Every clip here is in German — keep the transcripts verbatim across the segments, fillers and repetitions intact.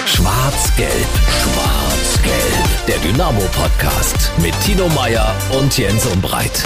Schwarz-Gelb, Schwarz-Gelb. Der Dynamo-Podcast mit Tino Meyer und Jens Umbreit.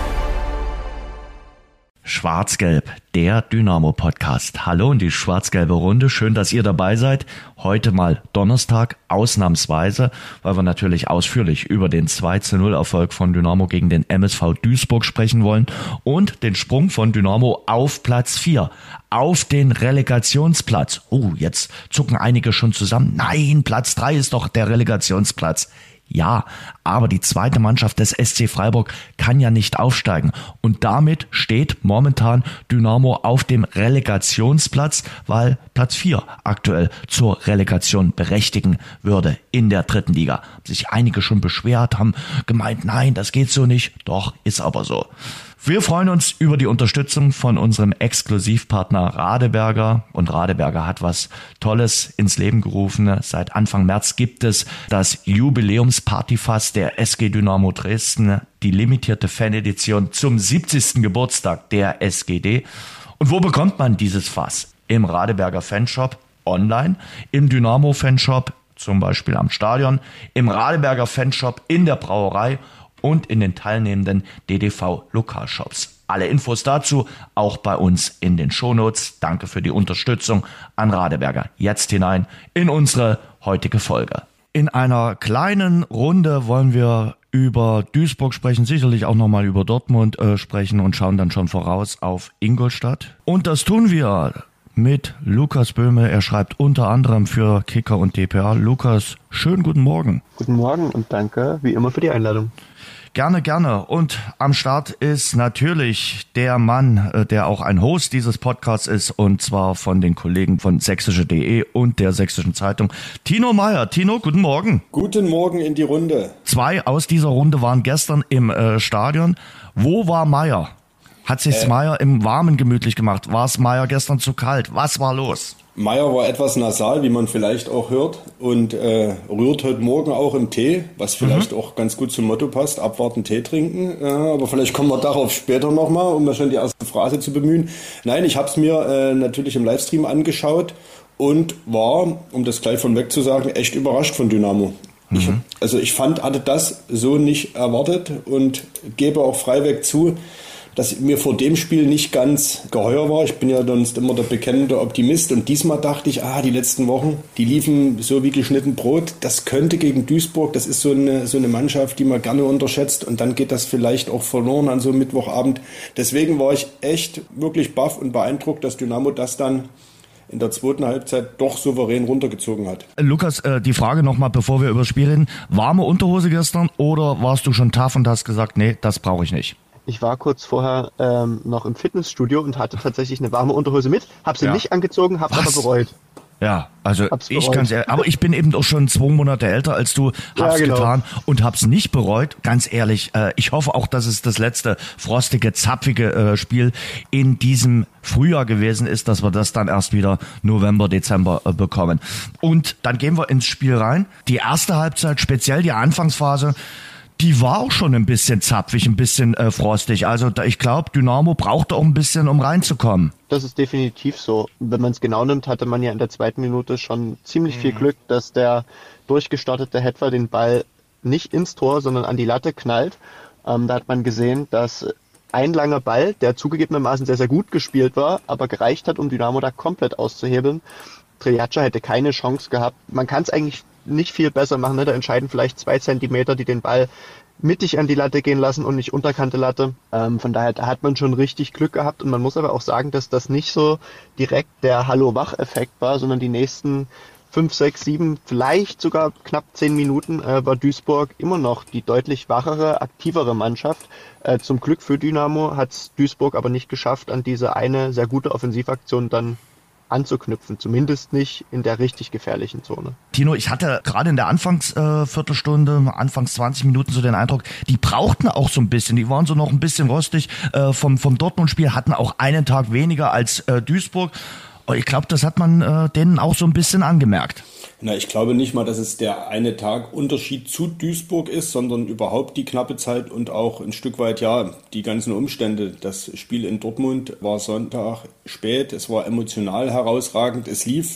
Schwarz-Gelb, der Dynamo-Podcast. Hallo in die schwarz-gelbe Runde. Schön, dass ihr dabei seid. Heute mal Donnerstag, ausnahmsweise, weil wir natürlich ausführlich über den zwei zu null Erfolg von Dynamo gegen den M S V Duisburg sprechen wollen und den Sprung von Dynamo auf Platz vier, auf den Relegationsplatz. Oh, jetzt zucken einige schon zusammen. Nein, Platz drei ist doch der Relegationsplatz. Ja, aber die zweite Mannschaft des S C Freiburg kann ja nicht aufsteigen und damit steht momentan Dynamo auf dem Relegationsplatz, weil Platz vier aktuell zur Relegation berechtigen würde in der dritten Liga. Sich einige schon beschwert, haben gemeint, nein, das geht so nicht. Doch, ist aber so. Wir freuen uns über die Unterstützung von unserem Exklusivpartner Radeberger. Und Radeberger hat was Tolles ins Leben gerufen. Seit Anfang März gibt es das Jubiläumspartyfass der S G Dynamo Dresden, die limitierte Fanedition zum siebzigsten Geburtstag der S G D. Und wo bekommt man dieses Fass? Im Radeberger Fanshop online, im Dynamo Fanshop, zum Beispiel am Stadion, im Radeberger Fanshop in der Brauerei und in den teilnehmenden D D V-Lokalshops. Alle Infos dazu auch bei uns in den Shownotes. Danke für die Unterstützung an Radeberger. Jetzt hinein in unsere heutige Folge. In einer kleinen Runde wollen wir über Duisburg sprechen, sicherlich auch nochmal über Dortmund äh, sprechen und schauen dann schon voraus auf Ingolstadt. Und das tun wir mit Lukas Böhme. Er schreibt unter anderem für Kicker und D P A. Lukas, schönen guten Morgen. Guten Morgen und danke wie immer für die Einladung. Gerne, gerne. Und am Start ist natürlich der Mann, der auch ein Host dieses Podcasts ist, und zwar von den Kollegen von sächsische punkt de und der Sächsischen Zeitung, Tino Meyer. Tino, guten Morgen. Guten Morgen in die Runde. Zwei aus dieser Runde waren gestern im äh, Stadion. Wo war Meyer? Hat sich's äh, Meyer im Warmen gemütlich gemacht? War es Meyer gestern zu kalt? Was war los? Meyer war etwas nasal, wie man vielleicht auch hört, und äh, rührt heute Morgen auch im Tee, was vielleicht mhm. auch ganz gut zum Motto passt, abwarten, Tee trinken. Äh, aber vielleicht kommen wir darauf später nochmal, um mal schon die erste Phrase zu bemühen. Nein, ich habe es mir äh, natürlich im Livestream angeschaut und war, um das gleich von weg zu sagen, echt überrascht von Dynamo. Mhm. Ich, also ich fand, hatte das so nicht erwartet und gebe auch freiweg zu, dass mir vor dem Spiel nicht ganz geheuer war. Ich bin ja sonst immer der bekennende Optimist und diesmal dachte ich, ah, die letzten Wochen, die liefen so wie geschnitten Brot. Das könnte gegen Duisburg, das ist so eine, so eine Mannschaft, die man gerne unterschätzt und dann geht das vielleicht auch verloren an so einem Mittwochabend. Deswegen war ich echt wirklich baff und beeindruckt, dass Dynamo das dann in der zweiten Halbzeit doch souverän runtergezogen hat. Lukas, äh, die Frage nochmal, bevor wir über das Spiel reden. Warme Unterhose gestern oder warst du schon tough und hast gesagt, nee, das brauche ich nicht? Ich war kurz vorher ähm, noch im Fitnessstudio und hatte tatsächlich eine warme Unterhose mit, habe sie ja. nicht angezogen, habe aber bereut. Ja, also ich kann's ehrlich, aber ich bin eben auch schon zwei Monate älter als du, hab's ja, genau. getan und hab's nicht bereut. Ganz ehrlich, äh, ich hoffe auch, dass es das letzte frostige, zapfige äh, Spiel in diesem Frühjahr gewesen ist, dass wir das dann erst wieder November, Dezember äh, bekommen. Und dann gehen wir ins Spiel rein. Die erste Halbzeit, speziell die Anfangsphase, die war auch schon ein bisschen zapfig, ein bisschen äh, frostig. Also da, ich glaube, Dynamo brauchte auch ein bisschen, um reinzukommen. Das ist definitiv so. Wenn man es genau nimmt, hatte man ja in der zweiten Minute schon ziemlich mhm. viel Glück, dass der durchgestartete Hetfer den Ball nicht ins Tor, sondern an die Latte knallt. Ähm, da hat man gesehen, dass ein langer Ball, der zugegebenermaßen sehr, sehr gut gespielt war, aber gereicht hat, um Dynamo da komplett auszuhebeln. Triaca hätte keine Chance gehabt. Man kann es eigentlich nicht viel besser machen, ne? Da entscheiden vielleicht zwei Zentimeter, die den Ball mittig an die Latte gehen lassen und nicht unterkante Latte. Ähm, von daher da hat man schon richtig Glück gehabt und man muss aber auch sagen, dass das nicht so direkt der Hallo-Wach-Effekt war, sondern die nächsten fünf, sechs, sieben, vielleicht sogar knapp zehn Minuten äh, war Duisburg immer noch die deutlich wachere, aktivere Mannschaft. Äh, zum Glück für Dynamo hat es Duisburg aber nicht geschafft, an diese eine sehr gute Offensivaktion dann anzuknüpfen, zumindest nicht in der richtig gefährlichen Zone. Tino, ich hatte gerade in der Anfangsviertelstunde, äh, Anfangs zwanzig Minuten so den Eindruck, die brauchten auch so ein bisschen, die waren so noch ein bisschen rostig äh, vom, vom Dortmund-Spiel, hatten auch einen Tag weniger als äh, Duisburg. Und ich glaube, das hat man äh, denen auch so ein bisschen angemerkt. Na, ich glaube nicht mal, dass es der eine Tag Unterschied zu Duisburg ist, sondern überhaupt die knappe Zeit und auch ein Stück weit, ja, die ganzen Umstände. Das Spiel in Dortmund war Sonntag spät, es war emotional herausragend, es lief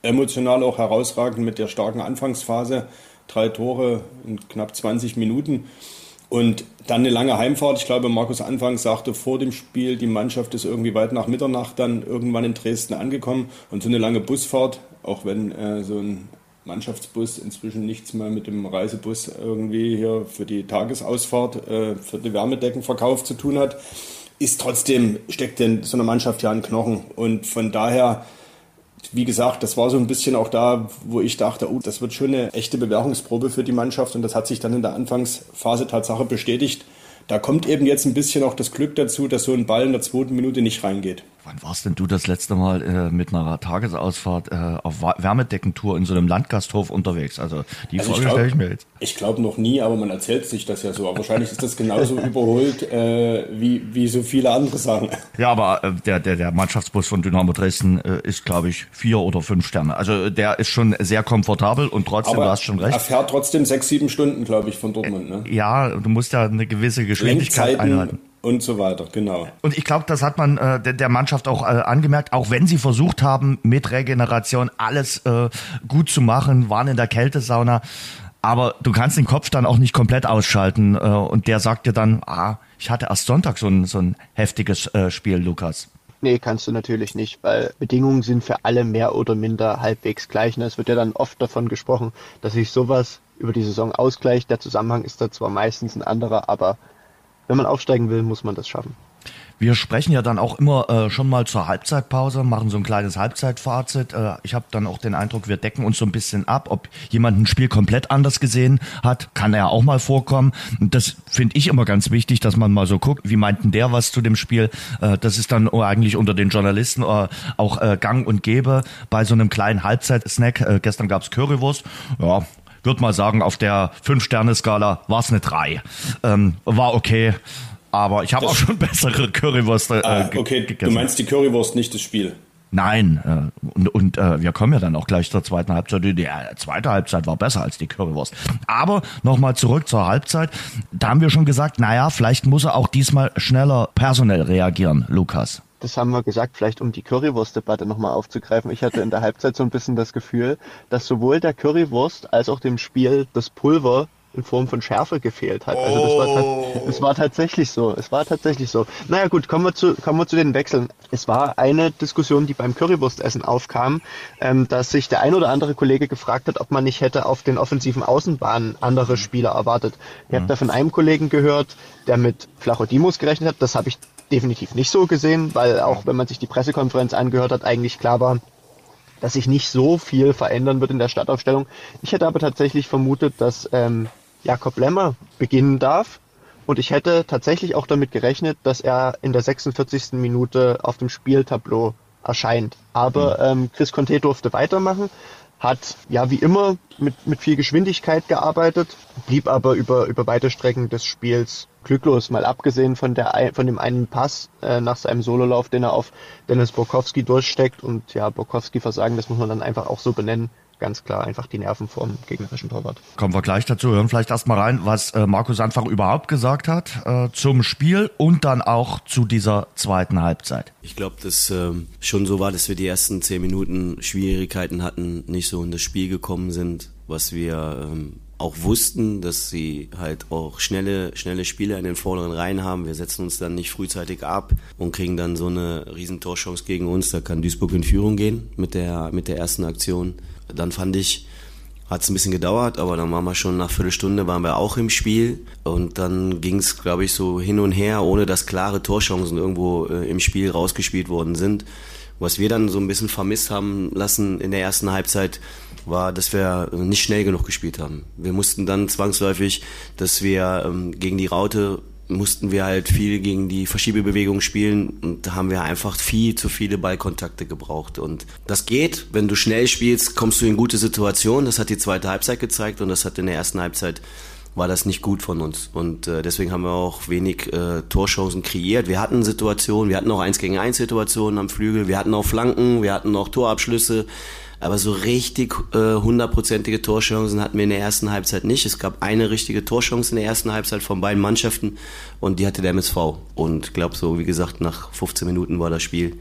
emotional auch herausragend mit der starken Anfangsphase. Drei Tore in knapp zwanzig Minuten. Und dann eine lange Heimfahrt. Ich glaube, Markus anfangs sagte vor dem Spiel, die Mannschaft ist irgendwie weit nach Mitternacht dann irgendwann in Dresden angekommen. Und so eine lange Busfahrt, auch wenn äh, so ein Mannschaftsbus inzwischen nichts mehr mit dem Reisebus irgendwie hier für die Tagesausfahrt, äh, für die Wärmedeckenverkauf zu tun hat, ist trotzdem, steckt in so einer Mannschaft ja ein Knochen. Und von daher, wie gesagt, das war so ein bisschen auch da, wo ich dachte, oh, das wird schon eine echte Bewährungsprobe für die Mannschaft. Und das hat sich dann in der Anfangsphase Tatsache bestätigt. Da kommt eben jetzt ein bisschen auch das Glück dazu, dass so ein Ball in der zweiten Minute nicht reingeht. Wann warst denn du das letzte Mal äh, mit einer Tagesausfahrt äh, auf Wärmedeckentour in so einem Landgasthof unterwegs? Also die also Frage stelle ich mir jetzt. Ich glaube noch nie, aber man erzählt sich das ja so. Aber wahrscheinlich ist das genauso überholt äh, wie, wie so viele andere Sachen. Ja, aber äh, der, der, der Mannschaftsbus von Dynamo Dresden äh, ist, glaube ich, vier oder fünf Sterne. Also der ist schon sehr komfortabel und trotzdem, aber du hast schon recht. Er fährt trotzdem sechs, sieben Stunden, glaube ich, von Dortmund. Ne? Ja, du musst ja eine gewisse Geschwindigkeit einhalten. Und so weiter, genau. Und ich glaube, das hat man äh, der, der Mannschaft auch äh, angemerkt, auch wenn sie versucht haben, mit Regeneration alles äh, gut zu machen, waren in der Kältesauna. Aber du kannst den Kopf dann auch nicht komplett ausschalten. Äh, und der sagt dir dann, ah, ich hatte erst Sonntag so ein, so ein heftiges äh, Spiel, Lukas. Nee, kannst du natürlich nicht, weil Bedingungen sind für alle mehr oder minder halbwegs gleich. Es wird ja dann oft davon gesprochen, dass sich sowas über die Saison ausgleicht. Der Zusammenhang ist da zwar meistens ein anderer, aber wenn man aufsteigen will, muss man das schaffen. Wir sprechen ja dann auch immer äh, schon mal zur Halbzeitpause, machen so ein kleines Halbzeitfazit. Äh, ich habe dann auch den Eindruck, wir decken uns so ein bisschen ab. Ob jemand ein Spiel komplett anders gesehen hat, kann ja auch mal vorkommen. Und das finde ich immer ganz wichtig, dass man mal so guckt, wie meinten der was zu dem Spiel. Äh, das ist dann eigentlich unter den Journalisten äh, auch äh, gang und gäbe bei so einem kleinen Halbzeitsnack. Äh, gestern gab's Currywurst. Ja, würde mal sagen, auf der fünf-Sterne-Skala war es eine drei. Ähm, war okay, aber ich habe auch schon bessere Currywurst äh, ah, okay, gegessen. Du meinst die Currywurst, nicht das Spiel? Nein, äh, und, und äh, wir kommen ja dann auch gleich zur zweiten Halbzeit. Die äh, zweite Halbzeit war besser als die Currywurst. Aber nochmal zurück zur Halbzeit. Da haben wir schon gesagt, naja, vielleicht muss er auch diesmal schneller personell reagieren, Lukas. Das haben wir gesagt, vielleicht um die Currywurst-Debatte nochmal aufzugreifen. Ich hatte in der Halbzeit so ein bisschen das Gefühl, dass sowohl der Currywurst als auch dem Spiel das Pulver in Form von Schärfe gefehlt hat. Also das war, ta- das war tatsächlich so. Es war tatsächlich so. Naja gut, kommen wir zu, kommen wir zu den Wechseln. Es war eine Diskussion, die beim Currywurstessen aufkam, ähm, dass sich der ein oder andere Kollege gefragt hat, ob man nicht hätte auf den offensiven Außenbahnen andere Spieler erwartet. Ich habe da von einem Kollegen gehört, der mit Flachodimos gerechnet hat. Das habe ich definitiv nicht so gesehen, weil auch wenn man sich die Pressekonferenz angehört hat, eigentlich klar war, dass sich nicht so viel verändern wird in der Startaufstellung. Ich hätte aber tatsächlich vermutet, dass ähm, Jakob Lemmer beginnen darf und ich hätte tatsächlich auch damit gerechnet, dass er in der sechsundvierzigsten Minute auf dem Spieltableau erscheint. Aber ähm, Chris Conte durfte weitermachen, hat ja wie immer mit, mit viel Geschwindigkeit gearbeitet, blieb aber über, über weite Strecken des Spiels glücklos, mal abgesehen von der von dem einen Pass äh, nach seinem Sololauf, den er auf Dennis Borkowski durchsteckt. Und ja, Borkowski Versagen, das muss man dann einfach auch so benennen. Ganz klar, einfach die Nerven vom gegnerischen Torwart. Kommen wir gleich dazu. Hören vielleicht erstmal rein, was äh, Markus Anfang überhaupt gesagt hat äh, zum Spiel und dann auch zu dieser zweiten Halbzeit. Ich glaube, dass äh, schon so war, dass wir die ersten zehn Minuten Schwierigkeiten hatten, nicht so in das Spiel gekommen sind, was wir ähm, auch wussten, dass sie halt auch schnelle, schnelle Spieler in den vorderen Reihen haben. Wir setzen uns dann nicht frühzeitig ab und kriegen dann so eine riesen Torchance gegen uns. Da kann Duisburg in Führung gehen mit der, mit der ersten Aktion. Dann fand ich, hat es ein bisschen gedauert, aber dann waren wir schon nach Viertelstunde waren wir auch im Spiel und dann ging es, glaube ich, so hin und her, ohne dass klare Torchancen irgendwo äh, im Spiel rausgespielt worden sind. Was wir dann so ein bisschen vermisst haben lassen in der ersten Halbzeit, war, dass wir nicht schnell genug gespielt haben. Wir mussten dann zwangsläufig, dass wir ähm, gegen die Raute mussten wir halt viel gegen die Verschiebebewegung spielen und da haben wir einfach viel zu viele Ballkontakte gebraucht und das geht, wenn du schnell spielst, kommst du in gute Situationen, das hat die zweite Halbzeit gezeigt und das hat in der ersten Halbzeit war das nicht gut von uns und äh, deswegen haben wir auch wenig äh, Torchancen kreiert. Wir hatten Situationen, wir hatten auch eins gegen eins Situationen am Flügel, wir hatten auch Flanken, wir hatten auch Torabschlüsse, aber so richtig äh, hundertprozentige Torchancen hatten wir in der ersten Halbzeit nicht. Es gab eine richtige Torchance in der ersten Halbzeit von beiden Mannschaften und die hatte der M S V. Und ich glaube so, wie gesagt, nach fünfzehn Minuten war das Spiel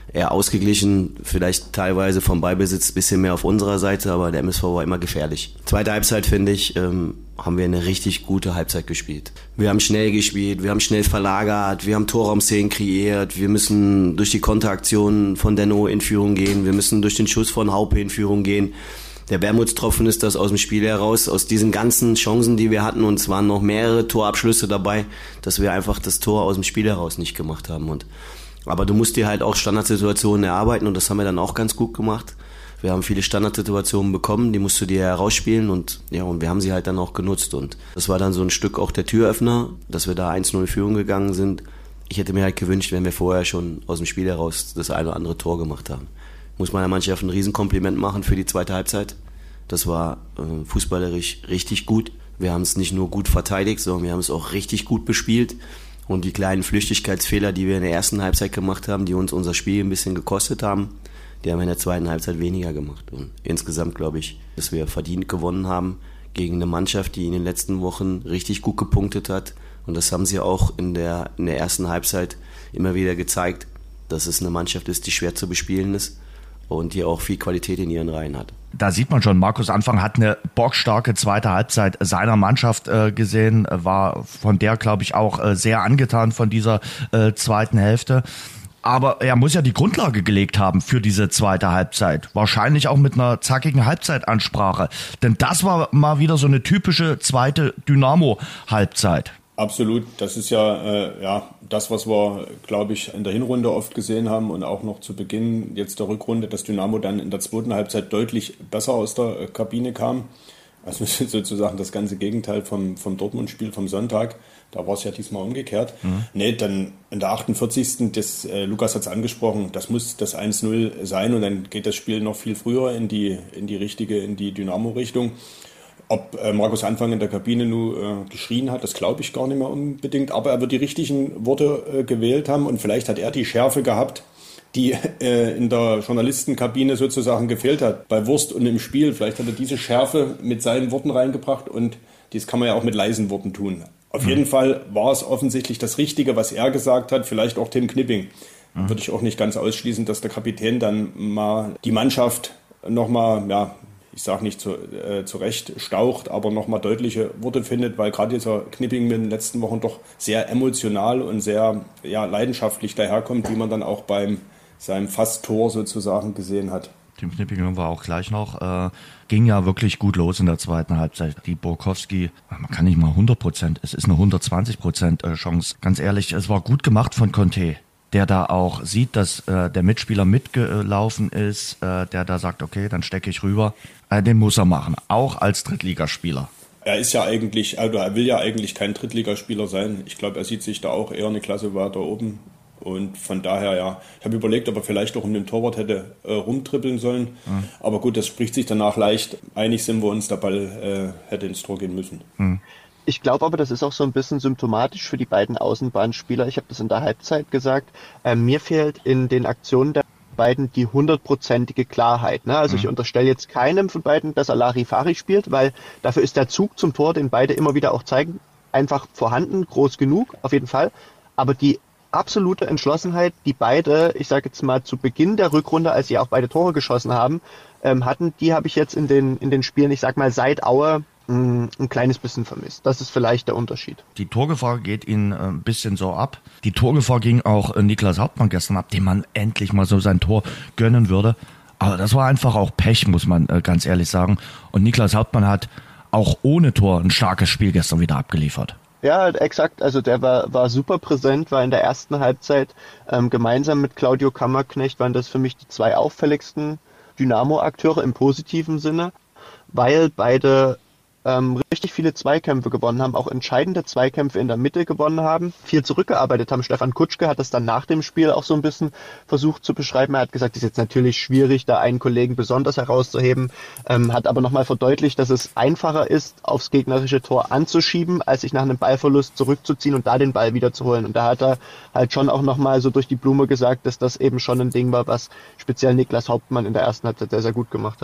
eher ausgeglichen, vielleicht teilweise vom Ballbesitz ein bisschen mehr auf unserer Seite, aber der M S V war immer gefährlich. Zweite Halbzeit, finde ich, ähm, haben wir eine richtig gute Halbzeit gespielt. Wir haben schnell gespielt, wir haben schnell verlagert, wir haben Torraumszenen kreiert, wir müssen durch die Konteraktion von Denno in Führung gehen, wir müssen durch den Schuss von Haupe in Führung gehen. Der Wermutstropfen ist das aus dem Spiel heraus, aus diesen ganzen Chancen, die wir hatten, und es waren noch mehrere Torabschlüsse dabei, dass wir einfach das Tor aus dem Spiel heraus nicht gemacht haben. Und, aber du musst dir halt auch Standardsituationen erarbeiten und das haben wir dann auch ganz gut gemacht. Wir haben viele Standardsituationen bekommen, die musst du dir herausspielen und ja, und wir haben sie halt dann auch genutzt. Und das war dann so ein Stück auch der Türöffner, dass wir da eins null in Führung gegangen sind. Ich hätte mir halt gewünscht, wenn wir vorher schon aus dem Spiel heraus das eine oder andere Tor gemacht haben. Muss meiner Mannschaft ein Riesenkompliment machen für die zweite Halbzeit. Das war äh, fußballerisch richtig gut. Wir haben es nicht nur gut verteidigt, sondern wir haben es auch richtig gut bespielt. Und die kleinen Flüchtigkeitsfehler, die wir in der ersten Halbzeit gemacht haben, die uns unser Spiel ein bisschen gekostet haben, die haben wir in der zweiten Halbzeit weniger gemacht. Und insgesamt glaube ich, dass wir verdient gewonnen haben gegen eine Mannschaft, die in den letzten Wochen richtig gut gepunktet hat. Und das haben sie auch in der, in der ersten Halbzeit immer wieder gezeigt, dass es eine Mannschaft ist, die schwer zu bespielen ist und die auch viel Qualität in ihren Reihen hat. Da sieht man schon, Markus Anfang hat eine bockstarke zweite Halbzeit seiner Mannschaft äh, gesehen, war von der, glaube ich, auch äh, sehr angetan von dieser äh, zweiten Hälfte. Aber er muss ja die Grundlage gelegt haben für diese zweite Halbzeit. Wahrscheinlich auch mit einer zackigen Halbzeitansprache. Denn das war mal wieder so eine typische zweite Dynamo-Halbzeit. Absolut, das ist ja, äh, ja das, was wir, glaube ich, in der Hinrunde oft gesehen haben und auch noch zu Beginn jetzt der Rückrunde, dass Dynamo dann in der zweiten Halbzeit deutlich besser aus der äh, Kabine kam. Also sozusagen das ganze Gegenteil vom, vom Dortmund-Spiel vom Sonntag. Da war es ja diesmal umgekehrt. Mhm. Nee, dann in der achtundvierzigsten Das, äh, Lukas hat es angesprochen, das muss das eins null sein und dann geht das Spiel noch viel früher in die, in die richtige, in die Dynamo-Richtung. Ob äh, Markus Anfang in der Kabine nur äh, geschrien hat, das glaube ich gar nicht mehr unbedingt. Aber er wird die richtigen Worte äh, gewählt haben und vielleicht hat er die Schärfe gehabt, die äh, in der Journalistenkabine sozusagen gefehlt hat. Bei Wurst und im Spiel. Vielleicht hat er diese Schärfe mit seinen Worten reingebracht und dies kann man ja auch mit leisen Worten tun. Auf mhm. jeden Fall war es offensichtlich das Richtige, was er gesagt hat. Vielleicht auch Tim Knipping. Mhm. Würde ich auch nicht ganz ausschließen, dass der Kapitän dann mal die Mannschaft nochmal, ja, ich sage nicht zu, äh, zurecht staucht, aber nochmal deutliche Worte findet, weil gerade dieser Knipping mit den letzten Wochen doch sehr emotional und sehr ja, leidenschaftlich daherkommt, wie man dann auch beim seinem Fast-Tor sozusagen gesehen hat. Tim Knipping hören wir auch gleich noch. Äh, ging ja wirklich gut los in der zweiten Halbzeit. Die Burkowski, man kann nicht mal hundert Prozent, es ist eine hundertzwanzig Prozent Chance. Ganz ehrlich, es war gut gemacht von Conte, der da auch sieht, dass äh, der Mitspieler mitgelaufen ist, äh, der da sagt, okay, dann stecke ich rüber. Äh, den muss er machen, auch als Drittligaspieler. Er ist ja eigentlich, also er will ja eigentlich kein Drittligaspieler sein. Ich glaube, er sieht sich da auch eher eine Klasse weiter oben. Und von daher, ja, ich habe überlegt, ob er vielleicht auch um den Torwart hätte äh, rumtrippeln sollen. Mhm. Aber gut, das spricht sich danach leicht. Einig sind wir uns, der Ball äh, hätte ins Tor gehen müssen. Mhm. Ich glaube aber, das ist auch so ein bisschen symptomatisch für die beiden Außenbahnspieler. Ich habe das in der Halbzeit gesagt. Äh, mir fehlt in den Aktionen der beiden die hundertprozentige Klarheit. Ne? Also mhm. ich unterstelle jetzt keinem von beiden, dass er Larifari spielt, weil dafür ist der Zug zum Tor, den beide immer wieder auch zeigen, einfach vorhanden, groß genug, auf jeden Fall. Aber die absolute Entschlossenheit, die beide, ich sage jetzt mal zu Beginn der Rückrunde, als sie auch beide Tore geschossen haben, ähm, hatten, die habe ich jetzt in den in den Spielen, ich sag mal seit Aue, mh, ein kleines bisschen vermisst. Das ist vielleicht der Unterschied. Die Torgefahr geht ihnen äh, ein bisschen so ab. Die Torgefahr ging auch äh, Niklas Hauptmann gestern ab, dem man endlich mal so sein Tor gönnen würde. Aber das war einfach auch Pech, muss man äh, ganz ehrlich sagen. Und Niklas Hauptmann hat auch ohne Tor ein starkes Spiel gestern wieder abgeliefert. Ja, exakt. Also der war, war super präsent, war in der ersten Halbzeit ähm, gemeinsam mit Claudio Kammerknecht waren das für mich die zwei auffälligsten Dynamo-Akteure im positiven Sinne, weil beide ähm, richtig viele Zweikämpfe gewonnen haben, auch entscheidende Zweikämpfe in der Mitte gewonnen haben, viel zurückgearbeitet haben. Stefan Kutschke hat das dann nach dem Spiel auch so ein bisschen versucht zu beschreiben. Er hat gesagt, es ist jetzt natürlich schwierig, da einen Kollegen besonders herauszuheben, ähm, hat aber nochmal verdeutlicht, dass es einfacher ist, aufs gegnerische Tor anzuschieben, als sich nach einem Ballverlust zurückzuziehen und da den Ball wieder zu holen. Und da hat er halt schon auch nochmal so durch die Blume gesagt, dass das eben schon ein Ding war, was speziell Niklas Hauptmann in der ersten Halbzeit sehr, sehr gut gemacht hat.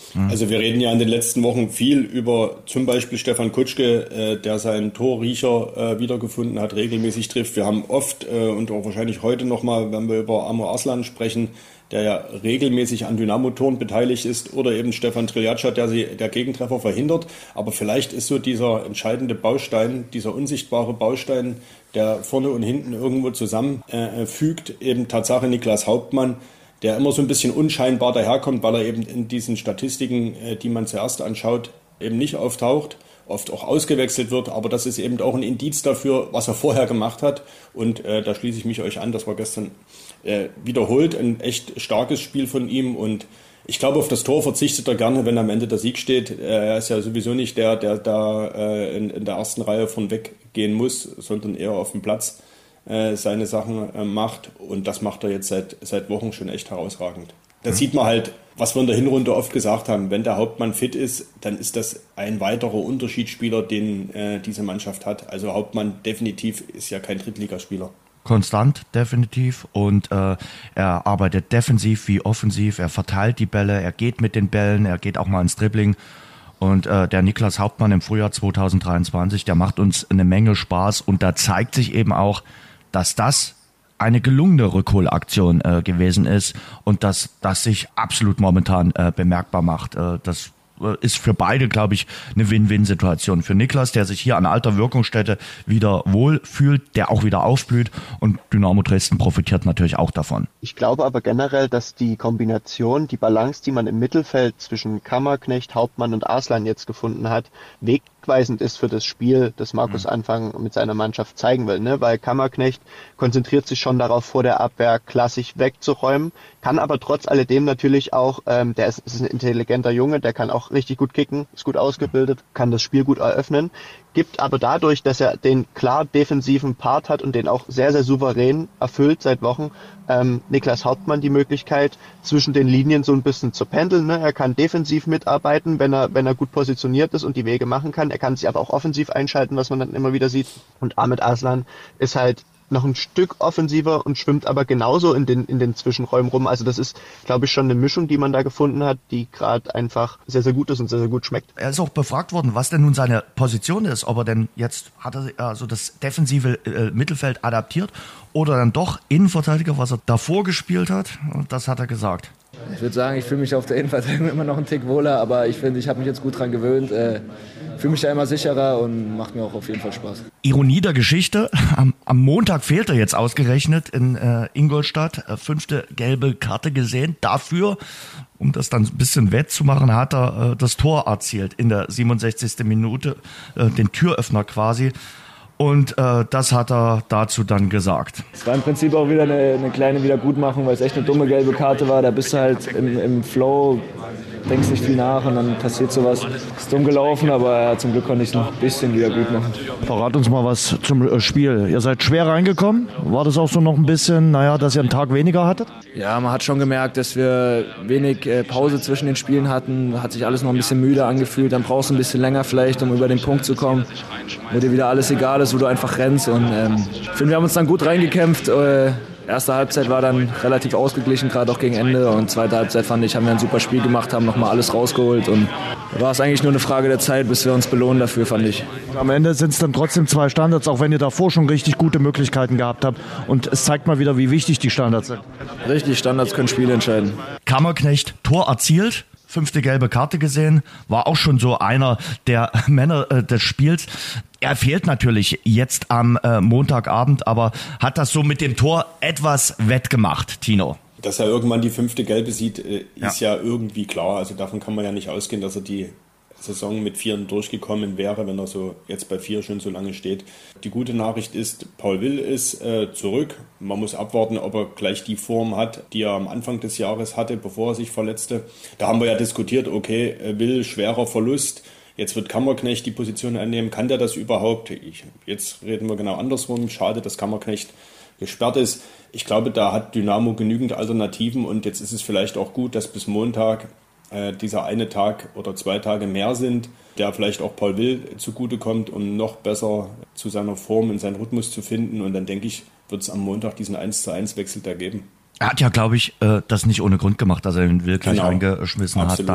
Mhm. Also wir reden ja in den letzten Wochen viel über zum Beispiel Stefan Kutschke, äh, der seinen Torriecher äh, wiedergefunden hat, regelmäßig trifft. Wir haben oft äh, und auch wahrscheinlich heute nochmal, wenn wir über Amor Arslan sprechen, der ja regelmäßig an Dynamo-Toren beteiligt ist, oder eben Stefan Triljatscha, der sie der Gegentreffer verhindert. Aber vielleicht ist so dieser entscheidende Baustein, dieser unsichtbare Baustein, der vorne und hinten irgendwo zusammenfügt, äh, eben Tatsache Niklas Hauptmann, der immer so ein bisschen unscheinbar daherkommt, weil er eben in diesen Statistiken, die man zuerst anschaut, eben nicht auftaucht, oft auch ausgewechselt wird. Aber das ist eben auch ein Indiz dafür, was er vorher gemacht hat. Und äh, da schließe ich mich euch an, das war gestern äh, wiederholt ein echt starkes Spiel von ihm. Und ich glaube, auf das Tor verzichtet er gerne, wenn am Ende der Sieg steht. Er ist ja sowieso nicht der, der da äh, in, in der ersten Reihe von weg gehen muss, sondern eher auf dem Platz seine Sachen macht, und das macht er jetzt seit seit Wochen schon echt herausragend. Da mhm. sieht man halt, was wir in der Hinrunde oft gesagt haben, wenn der Hauptmann fit ist, dann ist das ein weiterer Unterschiedsspieler, den äh, diese Mannschaft hat. Also Hauptmann definitiv ist ja kein Drittligaspieler. Konstant, definitiv, und äh, er arbeitet defensiv wie offensiv, er verteilt die Bälle, er geht mit den Bällen, er geht auch mal ins Dribbling. Und äh, der Niklas Hauptmann im Frühjahr zwanzig dreiundzwanzig, der macht uns eine Menge Spaß, und da zeigt sich eben auch, dass das eine gelungene Rückholaktion äh, gewesen ist und dass das sich absolut momentan äh, bemerkbar macht. Äh, das äh, ist für beide, glaube ich, eine Win-Win-Situation. Für Niklas, der sich hier an alter Wirkungsstätte wieder wohlfühlt, der auch wieder aufblüht, und Dynamo Dresden profitiert natürlich auch davon. Ich glaube aber generell, dass die Kombination, die Balance, die man im Mittelfeld zwischen Kammerknecht, Hauptmann und Arslan jetzt gefunden hat, wegweisend ist für das Spiel, das Markus Anfang mit seiner Mannschaft zeigen will, ne? Weil Kammerknecht konzentriert sich schon darauf, vor der Abwehr klassisch wegzuräumen, kann aber trotz alledem natürlich auch, ähm, der ist, ist ein intelligenter Junge, der kann auch richtig gut kicken, ist gut ausgebildet, kann das Spiel gut eröffnen, gibt aber dadurch, dass er den klar defensiven Part hat und den auch sehr, sehr souverän erfüllt seit Wochen, ähm, Niklas Hauptmann die Möglichkeit, zwischen den Linien so ein bisschen zu pendeln. Ne? Er kann defensiv mitarbeiten, wenn er, wenn er gut positioniert ist und die Wege machen kann. Er kann sich aber auch offensiv einschalten, was man dann immer wieder sieht. Und Ahmed Arslan ist halt noch ein Stück offensiver und schwimmt aber genauso in den in den Zwischenräumen rum. Also das ist, glaube ich, schon eine Mischung, die man da gefunden hat, die gerade einfach sehr, sehr gut ist und sehr, sehr gut schmeckt. Er ist auch befragt worden, was denn nun seine Position ist, ob er denn jetzt, hat er also das defensive äh, Mittelfeld adaptiert oder dann doch Innenverteidiger, was er davor gespielt hat. Und das hat er gesagt. Ich würde sagen, ich fühle mich auf der Innenverteidigung immer noch einen Tick wohler, aber ich finde, ich habe mich jetzt gut dran gewöhnt. Äh, fühle mich da immer sicherer und macht mir auch auf jeden Fall Spaß. Ironie der Geschichte, am, am Montag fehlt er jetzt ausgerechnet in äh, Ingolstadt. Äh, fünfte gelbe Karte gesehen. Dafür, um das dann ein bisschen wettzumachen, hat er äh, das Tor erzielt in der siebenundsechzigsten Minute, äh, den Türöffner quasi. Und äh, das hat er dazu dann gesagt. Es war im Prinzip auch wieder eine, eine kleine Wiedergutmachung, weil es echt eine dumme gelbe Karte war. Da bist du halt im, im Flow, denkst nicht viel nach und dann passiert sowas. Ist dumm gelaufen, aber ja, zum Glück konnte ich es noch ein bisschen wieder gut machen. Verrat uns mal was zum Spiel. Ihr seid schwer reingekommen. War das auch so noch ein bisschen, naja, dass ihr einen Tag weniger hattet? Ja, man hat schon gemerkt, dass wir wenig äh, Pause zwischen den Spielen hatten. Hat sich alles noch ein bisschen müde angefühlt. Dann brauchst du ein bisschen länger vielleicht, um über den Punkt zu kommen, wo dir wieder alles egal ist, wo du einfach rennst. Und ähm, ich finde, wir haben uns dann gut reingekämpft. Äh, erste Halbzeit war dann relativ ausgeglichen, gerade auch gegen Ende. Und zweite Halbzeit, fand ich, haben wir ein super Spiel gemacht, haben nochmal alles rausgeholt. Und da war es eigentlich nur eine Frage der Zeit, bis wir uns belohnen dafür, fand ich. Am Ende sind es dann trotzdem zwei Standards, auch wenn ihr davor schon richtig gute Möglichkeiten gehabt habt. Und es zeigt mal wieder, wie wichtig die Standards sind. Richtig, Standards können Spiele entscheiden. Kammerknecht, Tor erzielt. Fünfte gelbe Karte gesehen, war auch schon so einer der Männer äh, des Spiels. Er fehlt natürlich jetzt am äh, Montagabend, aber hat das so mit dem Tor etwas wettgemacht, Tino. Dass er irgendwann die fünfte gelbe sieht, äh, ist ja. ja irgendwie klar. Also davon kann man ja nicht ausgehen, dass er die Saison mit Vieren durchgekommen wäre, wenn er so jetzt bei vier schon so lange steht. Die gute Nachricht ist, Paul Will ist äh, zurück. Man muss abwarten, ob er gleich die Form hat, die er am Anfang des Jahres hatte, bevor er sich verletzte. Da haben wir ja diskutiert, okay, Will, schwerer Verlust. Jetzt wird Kammerknecht die Position einnehmen. Kann der das überhaupt? Ich, jetzt reden wir genau andersrum. Schade, dass Kammerknecht gesperrt ist. Ich glaube, da hat Dynamo genügend Alternativen und jetzt ist es vielleicht auch gut, dass bis Montag dieser eine Tag oder zwei Tage mehr sind, der vielleicht auch Paul Will zugutekommt, um noch besser zu seiner Form und seinen Rhythmus zu finden. Und dann denke ich, wird es am Montag diesen eins zu eins Wechsel da geben. Er hat ja, glaube ich, das nicht ohne Grund gemacht, dass er den Will gleich genau. reingeschmissen Absolut. hat dann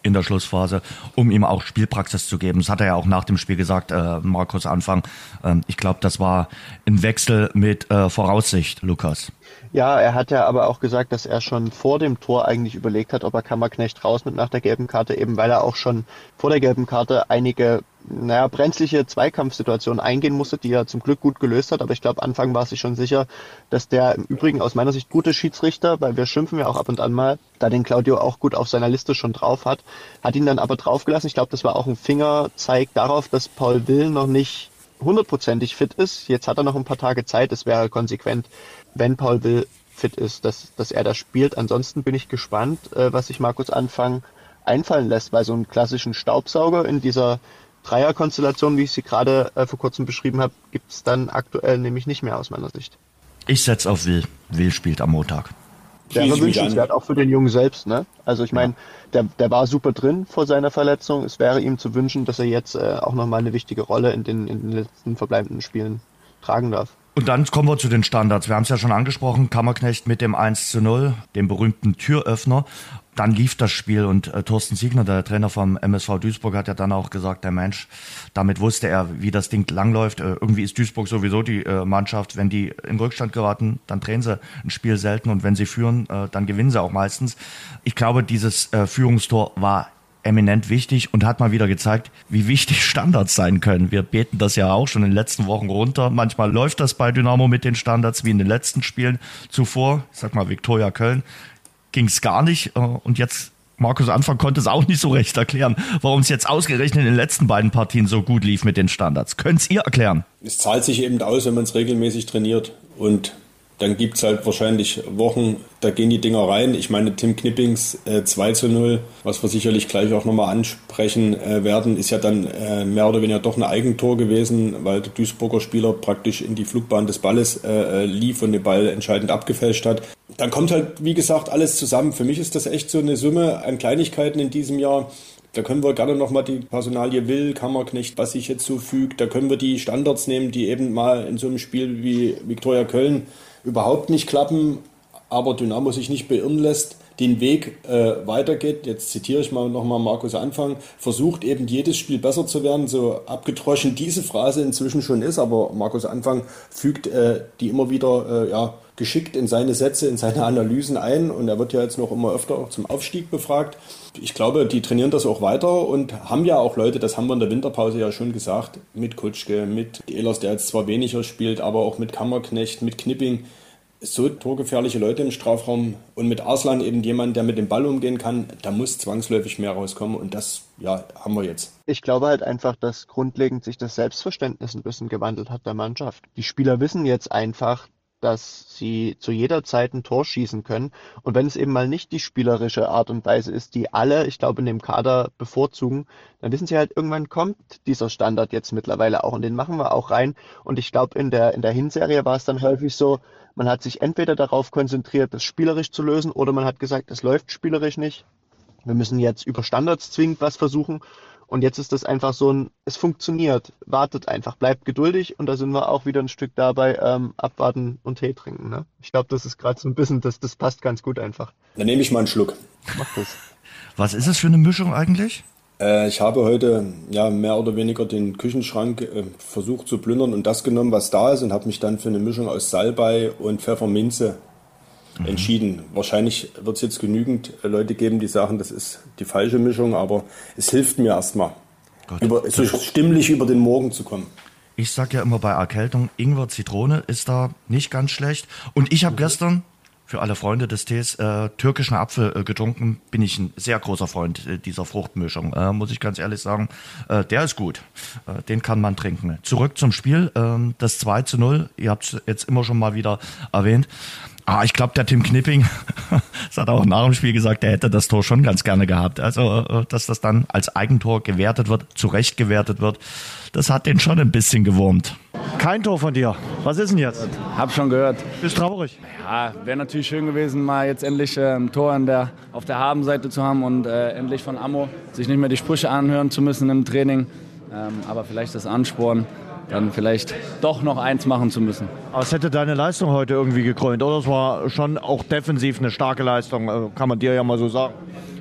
in der Schlussphase, um ihm auch Spielpraxis zu geben. Das hat er ja auch nach dem Spiel gesagt, äh, Markus Anfang. Ähm, ich glaube, das war ein Wechsel mit äh, Voraussicht, Lukas. Ja, er hat ja aber auch gesagt, dass er schon vor dem Tor eigentlich überlegt hat, ob er Kammerknecht rausnimmt nach der gelben Karte, eben weil er auch schon vor der gelben Karte einige, naja, brenzliche Zweikampfsituationen eingehen musste, die er zum Glück gut gelöst hat. Aber ich glaube, Anfang war sich schon sicher, dass der im Übrigen aus meiner Sicht gute Schiedsrichter, weil wir schimpfen ja auch ab und an mal, da den Claudio auch gut auf seiner Liste schon drauf hat, hat ihn dann aber draufgelassen. Ich glaube, das war auch ein Fingerzeig darauf, dass Paul Will noch nicht hundertprozentig fit ist. Jetzt hat er noch ein paar Tage Zeit. Es wäre konsequent, wenn Paul Will fit ist, dass, dass er das spielt. Ansonsten bin ich gespannt, äh, was sich Markus Anfang einfallen lässt, weil so einen klassischen Staubsauger in dieser Dreierkonstellation, wie ich sie gerade äh, vor kurzem beschrieben habe, gibt es dann aktuell nämlich nicht mehr aus meiner Sicht. Ich setze auf Will. Will spielt am Montag. Wäre wünschenswert, auch für den Jungen selbst, ne? Also ich meine, der, der war super drin vor seiner Verletzung. Es wäre ihm zu wünschen, dass er jetzt äh, auch nochmal eine wichtige Rolle in den, in den letzten verbleibenden Spielen tragen darf. Und dann kommen wir zu den Standards. Wir haben es ja schon angesprochen, Kammerknecht mit dem eins zu null, dem berühmten Türöffner. Dann lief das Spiel und äh, Thorsten Siegner, der Trainer vom M S V Duisburg, hat ja dann auch gesagt, der Mensch, damit wusste er, wie das Ding langläuft. Äh, irgendwie ist Duisburg sowieso die äh, Mannschaft, wenn die in Rückstand geraten, dann drehen sie ein Spiel selten und wenn sie führen, äh, dann gewinnen sie auch meistens. Ich glaube, dieses äh, Führungstor war eminent wichtig und hat mal wieder gezeigt, wie wichtig Standards sein können. Wir beten das ja auch schon in den letzten Wochen runter. Manchmal läuft das bei Dynamo mit den Standards wie in den letzten Spielen zuvor. Ich sag mal, Viktoria Köln ging es gar nicht. Und jetzt, Markus Anfang konnte es auch nicht so recht erklären, warum es jetzt ausgerechnet in den letzten beiden Partien so gut lief mit den Standards. Könnt's ihr erklären? Es zahlt sich eben aus, wenn man es regelmäßig trainiert. Und dann gibt es halt wahrscheinlich Wochen, da gehen die Dinger rein. Ich meine, Tim Knippings äh, zwei zu null, was wir sicherlich gleich auch nochmal ansprechen äh, werden, ist ja dann äh, mehr oder weniger doch ein Eigentor gewesen, weil der Duisburger Spieler praktisch in die Flugbahn des Balles äh, lief und den Ball entscheidend abgefälscht hat. Dann kommt halt, wie gesagt, alles zusammen. Für mich ist das echt so eine Summe an Kleinigkeiten in diesem Jahr. Da können wir gerne nochmal die Personalie Will, Kammerknecht, was sich jetzt so fügt. Da können wir die Standards nehmen, die eben mal in so einem Spiel wie Viktoria Köln überhaupt nicht klappen, aber Dynamo sich nicht beirren lässt, den Weg äh, weitergeht. Jetzt zitiere ich mal nochmal Markus Anfang, versucht eben jedes Spiel besser zu werden, so abgedroschen diese Phrase inzwischen schon ist, aber Markus Anfang fügt äh, die immer wieder äh, ja, geschickt in seine Sätze, in seine Analysen ein und er wird ja jetzt noch immer öfter auch zum Aufstieg befragt. Ich glaube, die trainieren das auch weiter und haben ja auch Leute, das haben wir in der Winterpause ja schon gesagt, mit Kutschke, mit Ehlers, der jetzt zwar weniger spielt, aber auch mit Kammerknecht, mit Knipping, so torgefährliche Leute im Strafraum und mit Arslan eben jemand, der mit dem Ball umgehen kann, da muss zwangsläufig mehr rauskommen und das, ja, haben wir jetzt. Ich glaube halt einfach, dass grundlegend sich das Selbstverständnis ein bisschen gewandelt hat der Mannschaft. Die Spieler wissen jetzt einfach, dass sie zu jeder Zeit ein Tor schießen können. Und wenn es eben mal nicht die spielerische Art und Weise ist, die alle, ich glaube, in dem Kader bevorzugen, dann wissen sie halt, irgendwann kommt dieser Standard jetzt mittlerweile auch und den machen wir auch rein. Und ich glaube, in der, in der Hinserie war es dann häufig so, man hat sich entweder darauf konzentriert, das spielerisch zu lösen, oder man hat gesagt, es läuft spielerisch nicht. Wir müssen jetzt über Standards zwingend was versuchen. Und jetzt ist das einfach so ein, es funktioniert, wartet einfach, bleibt geduldig und da sind wir auch wieder ein Stück dabei, ähm, abwarten und Tee trinken. Ne? Ich glaube, das ist gerade so ein bisschen, das, das passt ganz gut einfach. Dann nehme ich mal einen Schluck. Mach das. Was ist es für eine Mischung eigentlich? Äh, ich habe heute ja mehr oder weniger den Küchenschrank äh, versucht zu plündern und das genommen, was da ist und habe mich dann für eine Mischung aus Salbei und Pfefferminze entschieden. Wahrscheinlich wird es jetzt genügend Leute geben, die sagen, das ist die falsche Mischung, aber es hilft mir erstmal, über, so stimmlich über den Morgen zu kommen. Ich sag ja immer bei Erkältung, Ingwer, Zitrone ist da nicht ganz schlecht. Und ich habe mhm. gestern, für alle Freunde des Tees, äh, türkischen Apfel äh, getrunken. Bin ich ein sehr großer Freund äh, dieser Fruchtmischung, äh, muss ich ganz ehrlich sagen. Äh, der ist gut, äh, den kann man trinken. Zurück zum Spiel, äh, das zwei zu null, ihr habt es jetzt immer schon mal wieder erwähnt. Ah, ich glaube, der Tim Knipping, das hat er auch nach dem Spiel gesagt, der hätte das Tor schon ganz gerne gehabt. Also, dass das dann als Eigentor gewertet wird, zu Recht gewertet wird, das hat den schon ein bisschen gewurmt. Kein Tor von dir. Was ist denn jetzt? Hab schon gehört. Bist traurig? Ja, wäre natürlich schön gewesen, mal jetzt endlich äh, ein Tor in der, auf der Habenseite zu haben und äh, endlich von Ammo sich nicht mehr die Sprüche anhören zu müssen im Training. Ähm, aber vielleicht das Ansporn, dann vielleicht doch noch eins machen zu müssen. Aber es hätte deine Leistung heute irgendwie gekrönt, oder? Es war schon auch defensiv eine starke Leistung, kann man dir ja mal so sagen.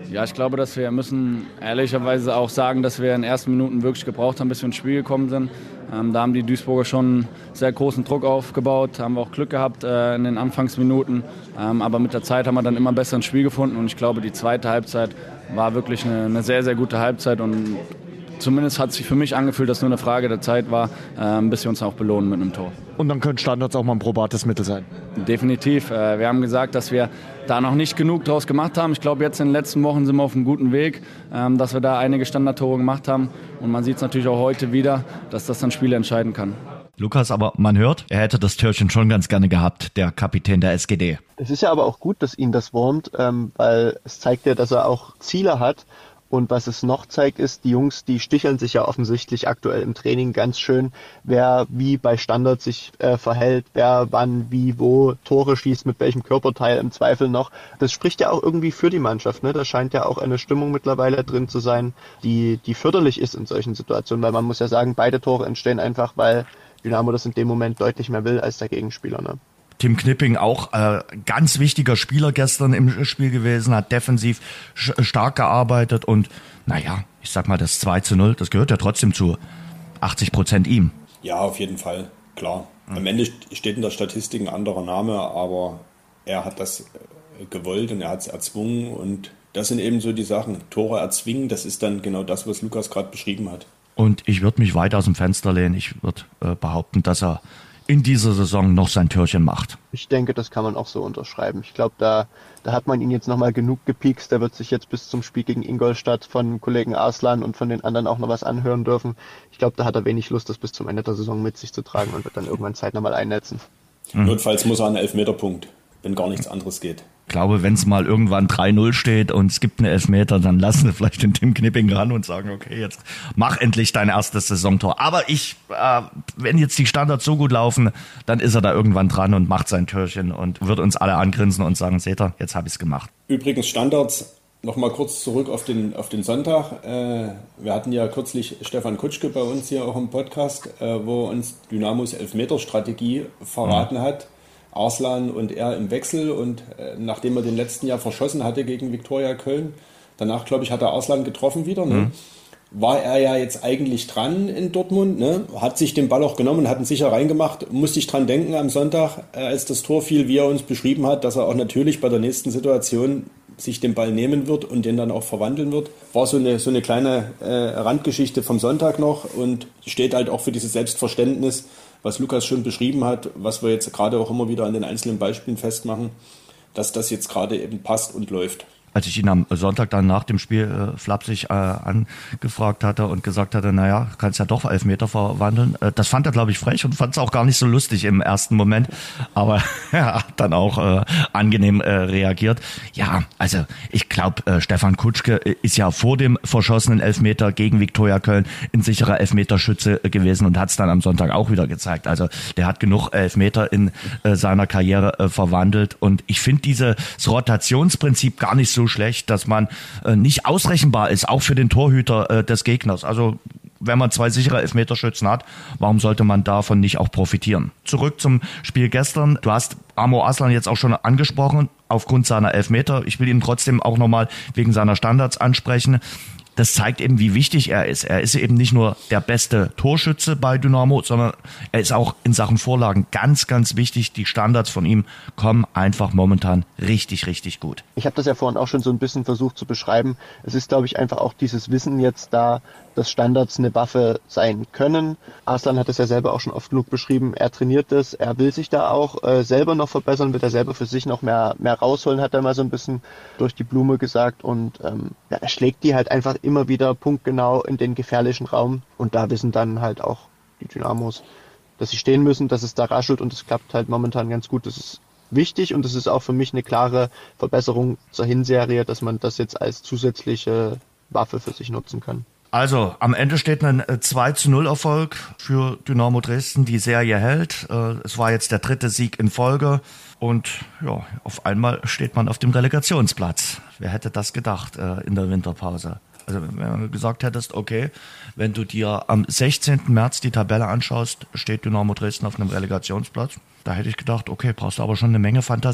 Ja, ich glaube, dass wir müssen ehrlicherweise auch sagen, dass wir in den ersten Minuten wirklich gebraucht haben, bis wir ins Spiel gekommen sind. Ähm, da haben die Duisburger schon sehr großen Druck aufgebaut, haben wir auch Glück gehabt äh, in den Anfangsminuten. Ähm, aber mit der Zeit haben wir dann immer besser ins Spiel gefunden und ich glaube, die zweite Halbzeit war wirklich eine, eine sehr, sehr gute Halbzeit und zumindest hat sich für mich angefühlt, dass nur eine Frage der Zeit war, äh, bis wir uns auch belohnen mit einem Tor. Und dann können Standards auch mal ein probates Mittel sein. Definitiv. Äh, wir haben gesagt, dass wir da noch nicht genug draus gemacht haben. Ich glaube, jetzt in den letzten Wochen sind wir auf einem guten Weg, ähm, dass wir da einige Standardtore gemacht haben. Und man sieht es natürlich auch heute wieder, dass das dann Spiele entscheiden kann. Lukas, aber man hört, er hätte das Türchen schon ganz gerne gehabt, der Kapitän der S G D. Es ist ja aber auch gut, dass ihn das wurmt, ähm, weil es zeigt ja, dass er auch Ziele hat. Und was es noch zeigt, ist, die Jungs, die sticheln sich ja offensichtlich aktuell im Training ganz schön, wer wie bei Standards sich äh, verhält, wer wann, wie, wo Tore schießt, mit welchem Körperteil im Zweifel noch. Das spricht ja auch irgendwie für die Mannschaft, ne? Da scheint ja auch eine Stimmung mittlerweile drin zu sein, die, die förderlich ist in solchen Situationen, weil man muss ja sagen, beide Tore entstehen einfach, weil Dynamo das in dem Moment deutlich mehr will als der Gegenspieler, ne? Tim Knipping auch äh, ganz wichtiger Spieler gestern im Spiel gewesen, hat defensiv sch- stark gearbeitet und naja, ich sag mal, das zwei zu null, das gehört ja trotzdem zu achtzig Prozent ihm. Ja, auf jeden Fall, klar. Mhm. Am Ende steht in der Statistik ein anderer Name, aber er hat das gewollt und er hat es erzwungen und das sind eben so die Sachen. Tore erzwingen, das ist dann genau das, was Lukas gerade beschrieben hat. Und ich würde mich weit aus dem Fenster lehnen. Ich würde äh, behaupten, dass er in dieser Saison noch sein Türchen macht. Ich denke, das kann man auch so unterschreiben. Ich glaube, da, da hat man ihn jetzt nochmal genug gepiekst. Der wird sich jetzt bis zum Spiel gegen Ingolstadt von Kollegen Arslan und von den anderen auch noch was anhören dürfen. Ich glaube, da hat er wenig Lust, das bis zum Ende der Saison mit sich zu tragen und wird dann irgendwann Zeit nochmal einnetzen. Mhm. Notfalls muss er einen Elfmeterpunkt, wenn gar nichts anderes geht. Ich glaube, wenn es mal irgendwann drei null steht und es gibt einen Elfmeter, dann lassen wir vielleicht den Tim Knipping ran und sagen, okay, jetzt mach endlich dein erstes Saisontor. Aber ich, äh, wenn jetzt die Standards so gut laufen, dann ist er da irgendwann dran und macht sein Türchen und wird uns alle angrinsen und sagen, seht ihr, jetzt habe ich es gemacht. Übrigens Standards, nochmal kurz zurück auf den, auf den Sonntag. Äh, wir hatten ja kürzlich Stefan Kutschke bei uns hier auch im Podcast, äh, wo uns Dynamos Elfmeterstrategie verraten mhm. hat. Arslan und er im Wechsel und äh, nachdem er den letzten Jahr verschossen hatte gegen Viktoria Köln, danach glaube ich hat er Arslan getroffen wieder, ne? Mhm. War er ja jetzt eigentlich dran in Dortmund, ne? Hat sich den Ball auch genommen, hat ihn sicher reingemacht, musste ich dran denken am Sonntag, äh, als das Tor fiel, wie er uns beschrieben hat, dass er auch natürlich bei der nächsten Situation sich den Ball nehmen wird und den dann auch verwandeln wird. War so eine, so eine kleine äh, Randgeschichte vom Sonntag noch und steht halt auch für dieses Selbstverständnis, was Lukas schon beschrieben hat, was wir jetzt gerade auch immer wieder an den einzelnen Beispielen festmachen, dass das jetzt gerade eben passt und läuft. Als ich ihn am Sonntag dann nach dem Spiel äh, flapsig äh, angefragt hatte und gesagt hatte, naja, kannst ja doch Elfmeter verwandeln. Äh, das fand er, glaube ich, frech und fand es auch gar nicht so lustig im ersten Moment. Aber er hat dann auch äh, angenehm äh, reagiert. Ja, also ich glaube, äh, Stefan Kutschke ist ja vor dem verschossenen Elfmeter gegen Viktoria Köln ein sicherer Elfmeterschütze gewesen und hat es dann am Sonntag auch wieder gezeigt. Also der hat genug Elfmeter in äh, seiner Karriere äh, verwandelt. Und ich finde dieses Rotationsprinzip gar nicht so schlecht, dass man äh, nicht ausrechenbar ist, auch für den Torhüter äh, des Gegners. Also wenn man zwei sichere Elfmeterschützen hat, warum sollte man davon nicht auch profitieren? Zurück zum Spiel gestern. Du hast Amo Arslan jetzt auch schon angesprochen, aufgrund seiner Elfmeter. Ich will ihn trotzdem auch nochmal wegen seiner Standards ansprechen. Das zeigt eben, wie wichtig er ist. Er ist eben nicht nur der beste Torschütze bei Dynamo, sondern er ist auch in Sachen Vorlagen ganz, ganz wichtig. Die Standards von ihm kommen einfach momentan richtig, richtig gut. Ich habe das ja vorhin auch schon so ein bisschen versucht zu beschreiben. Es ist, glaube ich, einfach auch dieses Wissen jetzt da, dass Standards eine Waffe sein können. Arslan hat es ja selber auch schon oft genug beschrieben. Er trainiert das, er will sich da auch äh, selber noch verbessern, wird er selber für sich noch mehr mehr rausholen, hat er mal so ein bisschen durch die Blume gesagt. Und ähm, ja, er schlägt die halt einfach immer wieder punktgenau in den gefährlichen Raum. Und da wissen dann halt auch die Dynamos, dass sie stehen müssen, dass es da raschelt und es klappt halt momentan ganz gut. Das ist wichtig und das ist auch für mich eine klare Verbesserung zur Hinserie, dass man das jetzt als zusätzliche Waffe für sich nutzen kann. Also, am Ende steht ein zwei zu null Erfolg für Dynamo Dresden. Die Serie hält. Es war jetzt der dritte Sieg in Folge. Und ja, auf einmal steht man auf dem Relegationsplatz. Wer hätte das gedacht in der Winterpause? Also, wenn du gesagt hättest, okay, wenn du dir am sechzehnten März die Tabelle anschaust, steht Dynamo Dresden auf einem Relegationsplatz. Da hätte ich gedacht, okay, brauchst du aber schon eine Menge Fantasie.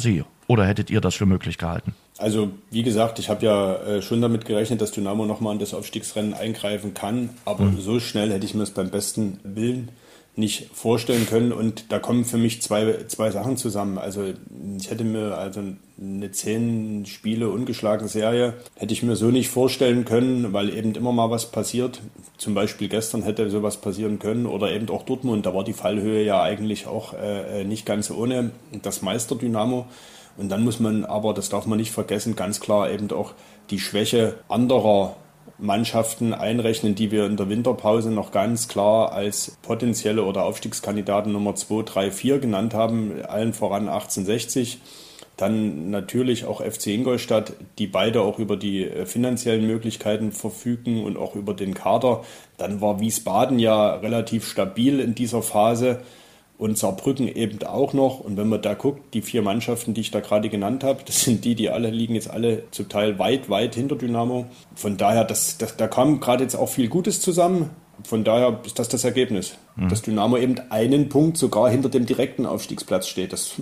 Oder hättet ihr das für möglich gehalten? Also wie gesagt, ich habe ja äh, schon damit gerechnet, dass Dynamo nochmal in das Aufstiegsrennen eingreifen kann. Aber mhm. so schnell hätte ich mir es beim besten Willen nicht vorstellen können. Und da kommen für mich zwei, zwei Sachen zusammen. Also ich hätte mir also eine zehn Spiele ungeschlagene Serie hätte ich mir so nicht vorstellen können, weil eben immer mal was passiert. Zum Beispiel gestern hätte sowas passieren können oder eben auch Dortmund. Da war die Fallhöhe ja eigentlich auch äh, nicht ganz ohne das Meister-Dynamo. Und dann muss man aber, das darf man nicht vergessen, ganz klar eben auch die Schwäche anderer Mannschaften einrechnen, die wir in der Winterpause noch ganz klar als potenzielle oder Aufstiegskandidaten Nummer zwei, drei, vier genannt haben, allen voran achtzehnhundertsechzig. Dann natürlich auch F C Ingolstadt, die beide auch über die finanziellen Möglichkeiten verfügen und auch über den Kader. Dann war Wiesbaden ja relativ stabil in dieser Phase und Saarbrücken eben auch noch. Und wenn man da guckt, die vier Mannschaften, die ich da gerade genannt habe, das sind die, die alle liegen jetzt alle zum Teil weit, weit hinter Dynamo. Von daher, das, das, da kam gerade jetzt auch viel Gutes zusammen. Von daher ist das das Ergebnis, mhm. dass Dynamo eben einen Punkt sogar hinter dem direkten Aufstiegsplatz steht. Das,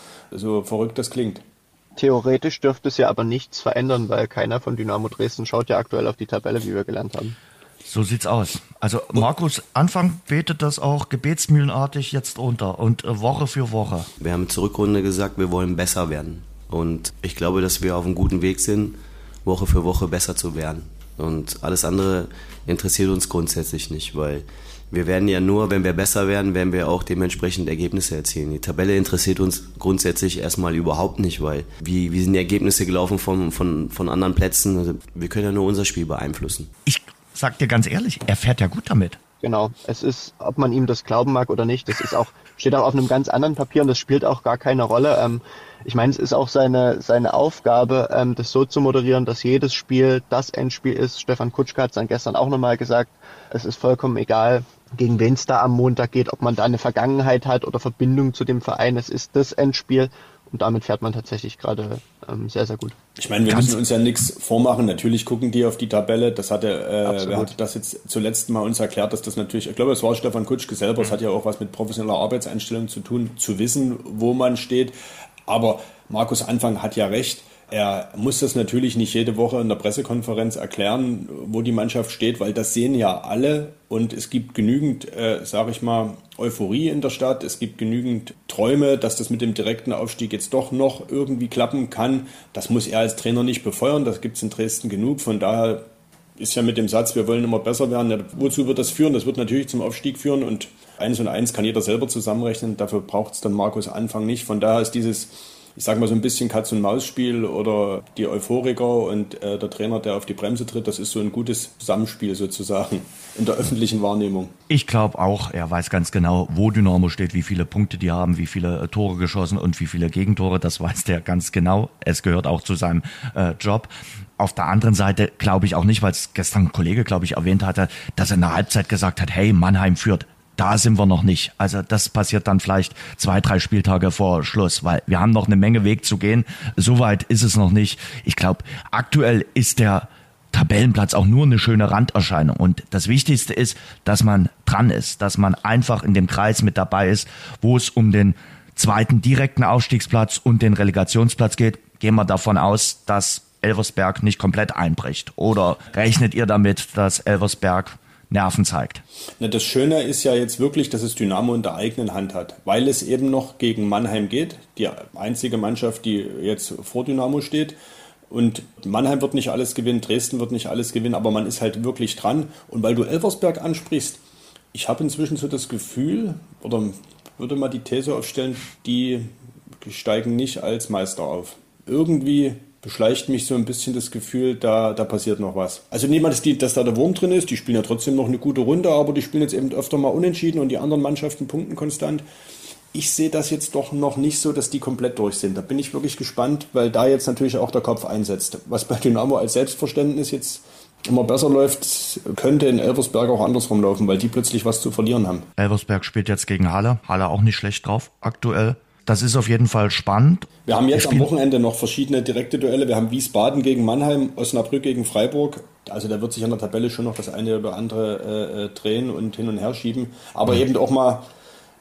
so verrückt das klingt. Theoretisch dürfte es ja aber nichts verändern, weil keiner von Dynamo Dresden schaut ja aktuell auf die Tabelle, wie wir gelernt haben. So sieht's aus. Also Markus, Anfang betet das auch gebetsmühlenartig jetzt runter und Woche für Woche. Wir haben zur Rückrunde gesagt, wir wollen besser werden. Und ich glaube, dass wir auf einem guten Weg sind, Woche für Woche besser zu werden. Und alles andere interessiert uns grundsätzlich nicht, weil wir werden ja nur, wenn wir besser werden, werden wir auch dementsprechend Ergebnisse erzielen. Die Tabelle interessiert uns grundsätzlich erstmal überhaupt nicht, weil wie, wie sind die Ergebnisse gelaufen von, von, von anderen Plätzen? Also wir können ja nur unser Spiel beeinflussen. Ich sag dir ganz ehrlich, er fährt ja gut damit. Genau, es ist, ob man ihm das glauben mag oder nicht, das ist auch, steht auch auf einem ganz anderen Papier und das spielt auch gar keine Rolle. Ähm, ich meine, es ist auch seine seine Aufgabe, ähm, das so zu moderieren, dass jedes Spiel das Endspiel ist. Stefan Kutschke hat es dann gestern auch nochmal gesagt, es ist vollkommen egal, gegen wen es da am Montag geht, ob man da eine Vergangenheit hat oder Verbindung zu dem Verein. Es ist das Endspiel. Und damit fährt man tatsächlich gerade ähm, sehr, sehr gut. Ich meine, wir Ganz müssen uns ja nichts vormachen. Natürlich gucken die auf die Tabelle. Das hatte, äh, wer hat das jetzt zuletzt mal uns erklärt, dass das natürlich, ich glaube, es war Stefan Kutschke selber. Es mhm. hat ja auch was mit professioneller Arbeitseinstellung zu tun, zu wissen, wo man steht. Aber Markus Anfang hat ja recht. Er muss das natürlich nicht jede Woche in der Pressekonferenz erklären, wo die Mannschaft steht, weil das sehen ja alle und es gibt genügend, äh, sage ich mal, Euphorie in der Stadt. Es gibt genügend Träume, dass das mit dem direkten Aufstieg jetzt doch noch irgendwie klappen kann. Das muss er als Trainer nicht befeuern, das gibt es in Dresden genug. Von daher ist ja mit dem Satz, wir wollen immer besser werden, ja, wozu wird das führen? Das wird natürlich zum Aufstieg führen und eins und eins kann jeder selber zusammenrechnen. Dafür braucht es dann Markus Anfang nicht. Von daher ist dieses, ich sag mal so ein bisschen Katz-und-Maus-Spiel oder die Euphoriker und äh, der Trainer, der auf die Bremse tritt, das ist so ein gutes Zusammenspiel sozusagen in der öffentlichen Wahrnehmung. Ich glaube auch, er weiß ganz genau, wo Dynamo steht, wie viele Punkte die haben, wie viele äh, Tore geschossen und wie viele Gegentore, das weiß der ganz genau. Es gehört auch zu seinem äh, Job. Auf der anderen Seite glaube ich auch nicht, weil es gestern ein Kollege, glaube ich, erwähnt hatte, dass er in der Halbzeit gesagt hat, hey, Mannheim führt. Da sind wir noch nicht. Also das passiert dann vielleicht zwei, drei Spieltage vor Schluss, weil wir haben noch eine Menge Weg zu gehen. Soweit ist es noch nicht. Ich glaube, aktuell ist der Tabellenplatz auch nur eine schöne Randerscheinung. Und das Wichtigste ist, dass man dran ist, dass man einfach in dem Kreis mit dabei ist, wo es um den zweiten direkten Aufstiegsplatz und den Relegationsplatz geht. Gehen wir davon aus, dass Elversberg nicht komplett einbricht. Oder rechnet ihr damit, dass Elversberg Nerven zeigt? Na, das Schöne ist ja jetzt wirklich, dass es Dynamo in der eigenen Hand hat, weil es eben noch gegen Mannheim geht, die einzige Mannschaft, die jetzt vor Dynamo steht. Und Mannheim wird nicht alles gewinnen, Dresden wird nicht alles gewinnen, aber man ist halt wirklich dran. Und weil du Elversberg ansprichst, ich habe inzwischen so das Gefühl, oder würde mal die These aufstellen, die steigen nicht als Meister auf. Irgendwie beschleicht mich so ein bisschen das Gefühl, da, da passiert noch was. Also niemand ist die, dass da der Wurm drin ist, die spielen ja trotzdem noch eine gute Runde, aber die spielen jetzt eben öfter mal unentschieden und die anderen Mannschaften punkten konstant. Ich sehe das jetzt doch noch nicht so, dass die komplett durch sind. Da bin ich wirklich gespannt, weil da jetzt natürlich auch der Kopf einsetzt. Was bei Dynamo als Selbstverständnis jetzt immer besser läuft, könnte in Elversberg auch andersrum laufen, weil die plötzlich was zu verlieren haben. Elversberg spielt jetzt gegen Halle. Halle auch nicht schlecht drauf aktuell. Das ist auf jeden Fall spannend. Wir haben jetzt am Wochenende noch verschiedene direkte Duelle. Wir haben Wiesbaden gegen Mannheim, Osnabrück gegen Freiburg. Also da wird sich an der Tabelle schon noch das eine oder andere äh, drehen und hin und her schieben. Aber mhm. eben auch mal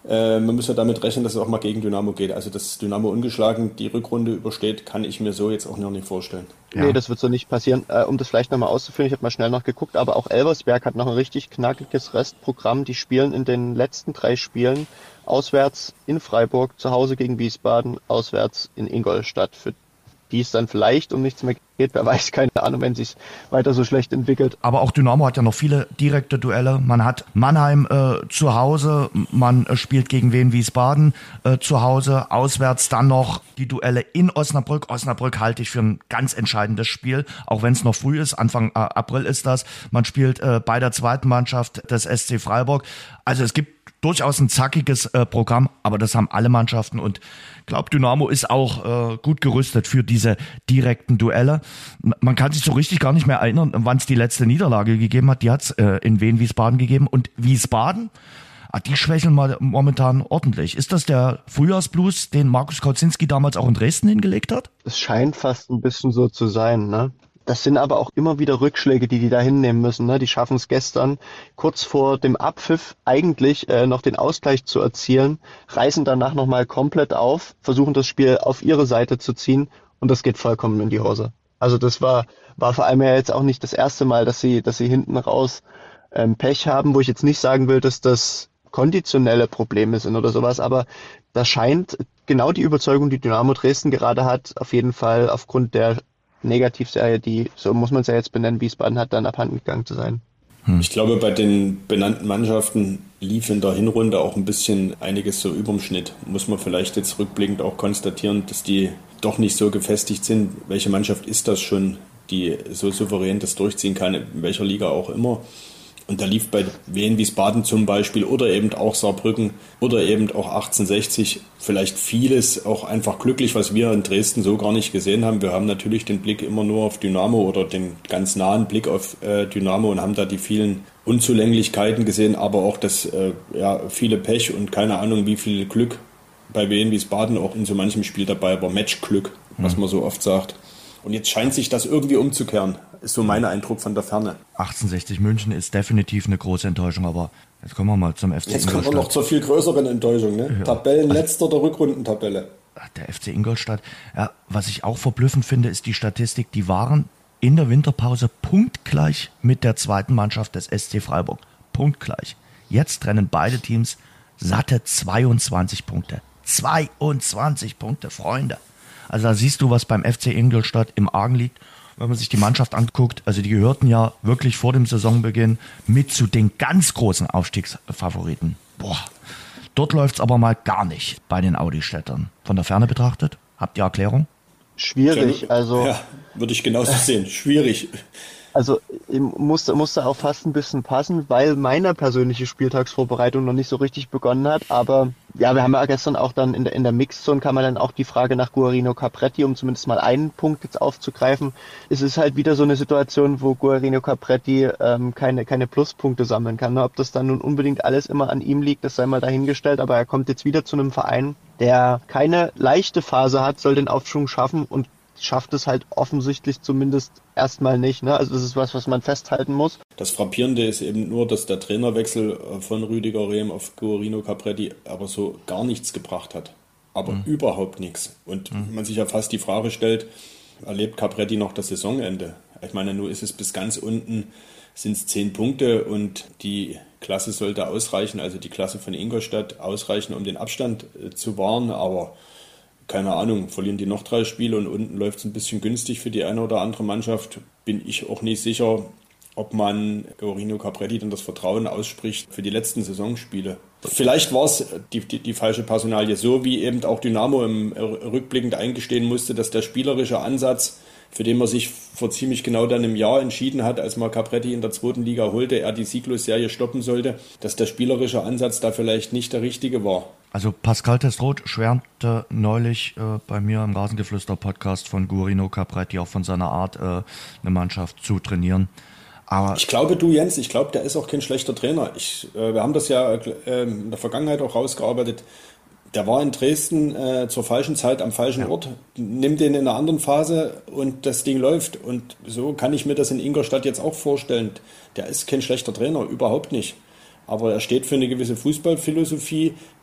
Äh, man muss ja damit rechnen, dass es auch mal gegen Dynamo geht. Also dass Dynamo ungeschlagen die Rückrunde übersteht, kann ich mir so jetzt auch noch nicht vorstellen. Ja. Nee, das wird so nicht passieren. Äh, um das vielleicht nochmal auszuführen, ich habe mal schnell noch geguckt, aber auch Elversberg hat noch ein richtig knackiges Restprogramm. Die spielen in den letzten drei Spielen auswärts in Freiburg, zu Hause gegen Wiesbaden, auswärts in Ingolstadt. Für die es dann vielleicht um nichts mehr geht, wer weiß, keine Ahnung, wenn sich weiter so schlecht entwickelt. Aber auch Dynamo hat ja noch viele direkte Duelle. Man hat Mannheim äh, zu Hause, man äh, spielt gegen Wien Wiesbaden äh, zu Hause, auswärts dann noch die Duelle in Osnabrück. Osnabrück halte ich für ein ganz entscheidendes Spiel, auch wenn es noch früh ist, Anfang äh, April ist das. Man spielt äh, bei der zweiten Mannschaft des S C Freiburg. Also es gibt durchaus ein zackiges äh, Programm, aber das haben alle Mannschaften und ich glaube, Dynamo ist auch äh, gut gerüstet für diese direkten Duelle. Man kann sich so richtig gar nicht mehr erinnern, wann es die letzte Niederlage gegeben hat. Die hat es äh, in Wien Wiesbaden gegeben und Wiesbaden, ah, die schwächeln mal momentan ordentlich. Ist das der Frühjahrsblues, den Markus Kauzinski damals auch in Dresden hingelegt hat? Es scheint fast ein bisschen so zu sein, ne? Das sind aber auch immer wieder Rückschläge, die die da hinnehmen müssen. Ne? Die schaffen es gestern, kurz vor dem Abpfiff eigentlich äh, noch den Ausgleich zu erzielen, reißen danach nochmal komplett auf, versuchen das Spiel auf ihre Seite zu ziehen und das geht vollkommen in die Hose. Also das war war vor allem ja jetzt auch nicht das erste Mal, dass sie dass sie hinten raus ähm, Pech haben, wo ich jetzt nicht sagen will, dass das konditionelle Probleme sind oder sowas, aber da scheint genau die Überzeugung, die Dynamo Dresden gerade hat, auf jeden Fall aufgrund der Negativserie, die, so muss man es ja jetzt benennen, Wiesbaden hat, dann abhanden gegangen zu sein. Hm. Ich glaube, bei den benannten Mannschaften lief in der Hinrunde auch ein bisschen einiges so überm Schnitt. Muss man vielleicht jetzt rückblickend auch konstatieren, dass die doch nicht so gefestigt sind. Welche Mannschaft ist das schon, die so souverän das durchziehen kann, in welcher Liga auch immer? Und da lief bei Wien Wiesbaden zum Beispiel oder eben auch Saarbrücken oder eben auch achtzehnhundertsechzig vielleicht vieles auch einfach glücklich, was wir in Dresden so gar nicht gesehen haben. Wir haben natürlich den Blick immer nur auf Dynamo oder den ganz nahen Blick auf äh, Dynamo und haben da die vielen Unzulänglichkeiten gesehen, aber auch das äh, ja, viele Pech und keine Ahnung wie viel Glück bei Wien Wiesbaden auch in so manchem Spiel dabei war, Matchglück, was man so oft sagt. Und jetzt scheint sich das irgendwie umzukehren, ist so mein Eindruck von der Ferne. achtzehnhundertsechzig München ist definitiv eine große Enttäuschung, aber jetzt kommen wir mal zum F C Jetzt Ingolstadt. Jetzt kommen wir noch zur viel größeren Enttäuschung, ne? Ja. Tabellenletzter der Rückrundentabelle. Der F C Ingolstadt. Ja, was ich auch verblüffend finde, ist die Statistik, die waren in der Winterpause punktgleich mit der zweiten Mannschaft des S C Freiburg. Punktgleich. Jetzt trennen beide Teams satte zweiundzwanzig Punkte. zweiundzwanzig Punkte, Freunde. Also da siehst du, was beim F C Ingolstadt im Argen liegt. Wenn man sich die Mannschaft anguckt, also die gehörten ja wirklich vor dem Saisonbeginn mit zu den ganz großen Aufstiegsfavoriten. Boah, dort läuft's aber mal gar nicht bei den Audi-Städtern. Von der Ferne betrachtet, habt ihr Erklärung? Schwierig, also... Ja, würde ich genauso sehen, schwierig. Also musste, musste auch fast ein bisschen passen, weil meine persönliche Spieltagsvorbereitung noch nicht so richtig begonnen hat. Aber ja, wir haben ja gestern auch dann in der, in der Mixzone kam man dann auch die Frage nach Guarino Capretti, um zumindest mal einen Punkt jetzt aufzugreifen. Es ist halt wieder so eine Situation, wo Guarino Capretti ähm, keine, keine Pluspunkte sammeln kann. Ob das dann nun unbedingt alles immer an ihm liegt, das sei mal dahingestellt. Aber er kommt jetzt wieder zu einem Verein, der keine leichte Phase hat, soll den Aufschwung schaffen und schafft es halt offensichtlich zumindest erstmal nicht. Ne? Also das ist was, was man festhalten muss. Das Frappierende ist eben nur, dass der Trainerwechsel von Rüdiger Rehm auf Guarino Capretti aber so gar nichts gebracht hat. Aber mhm. überhaupt nichts. Und mhm. man sich ja fast die Frage stellt, erlebt Capretti noch das Saisonende? Ich meine, nur ist es bis ganz unten, sind es zehn Punkte und die Klasse sollte ausreichen, also die Klasse von Ingolstadt ausreichen, um den Abstand äh, zu wahren, aber keine Ahnung, verlieren die noch drei Spiele und unten läuft es ein bisschen günstig für die eine oder andere Mannschaft. Bin ich auch nicht sicher, ob man Guarino Capretti dann das Vertrauen ausspricht für die letzten Saisonspiele. Vielleicht war es die, die, die falsche Personalie, so wie eben auch Dynamo im rückblickend eingestehen musste, dass der spielerische Ansatz, für den man sich vor ziemlich genau dann einem Jahr entschieden hat, als man Capretti in der zweiten Liga holte, er die Sieglos-Serie stoppen sollte, dass der spielerische Ansatz da vielleicht nicht der richtige war. Also Pascal Testroth schwärmte neulich äh, bei mir im Rasengeflüster-Podcast von Guarino Capretti, auch von seiner Art, äh, eine Mannschaft zu trainieren. Aber ich glaube, du Jens, ich glaube, der ist auch kein schlechter Trainer. Ich, äh, wir haben das ja äh, in der Vergangenheit auch rausgearbeitet. Der war in Dresden äh, zur falschen Zeit am falschen ja. Ort, nimmt den in einer anderen Phase und das Ding läuft. Und so kann ich mir das in Ingolstadt jetzt auch vorstellen. Der ist kein schlechter Trainer, überhaupt nicht. Aber er steht für eine gewisse Fußballphilosophie,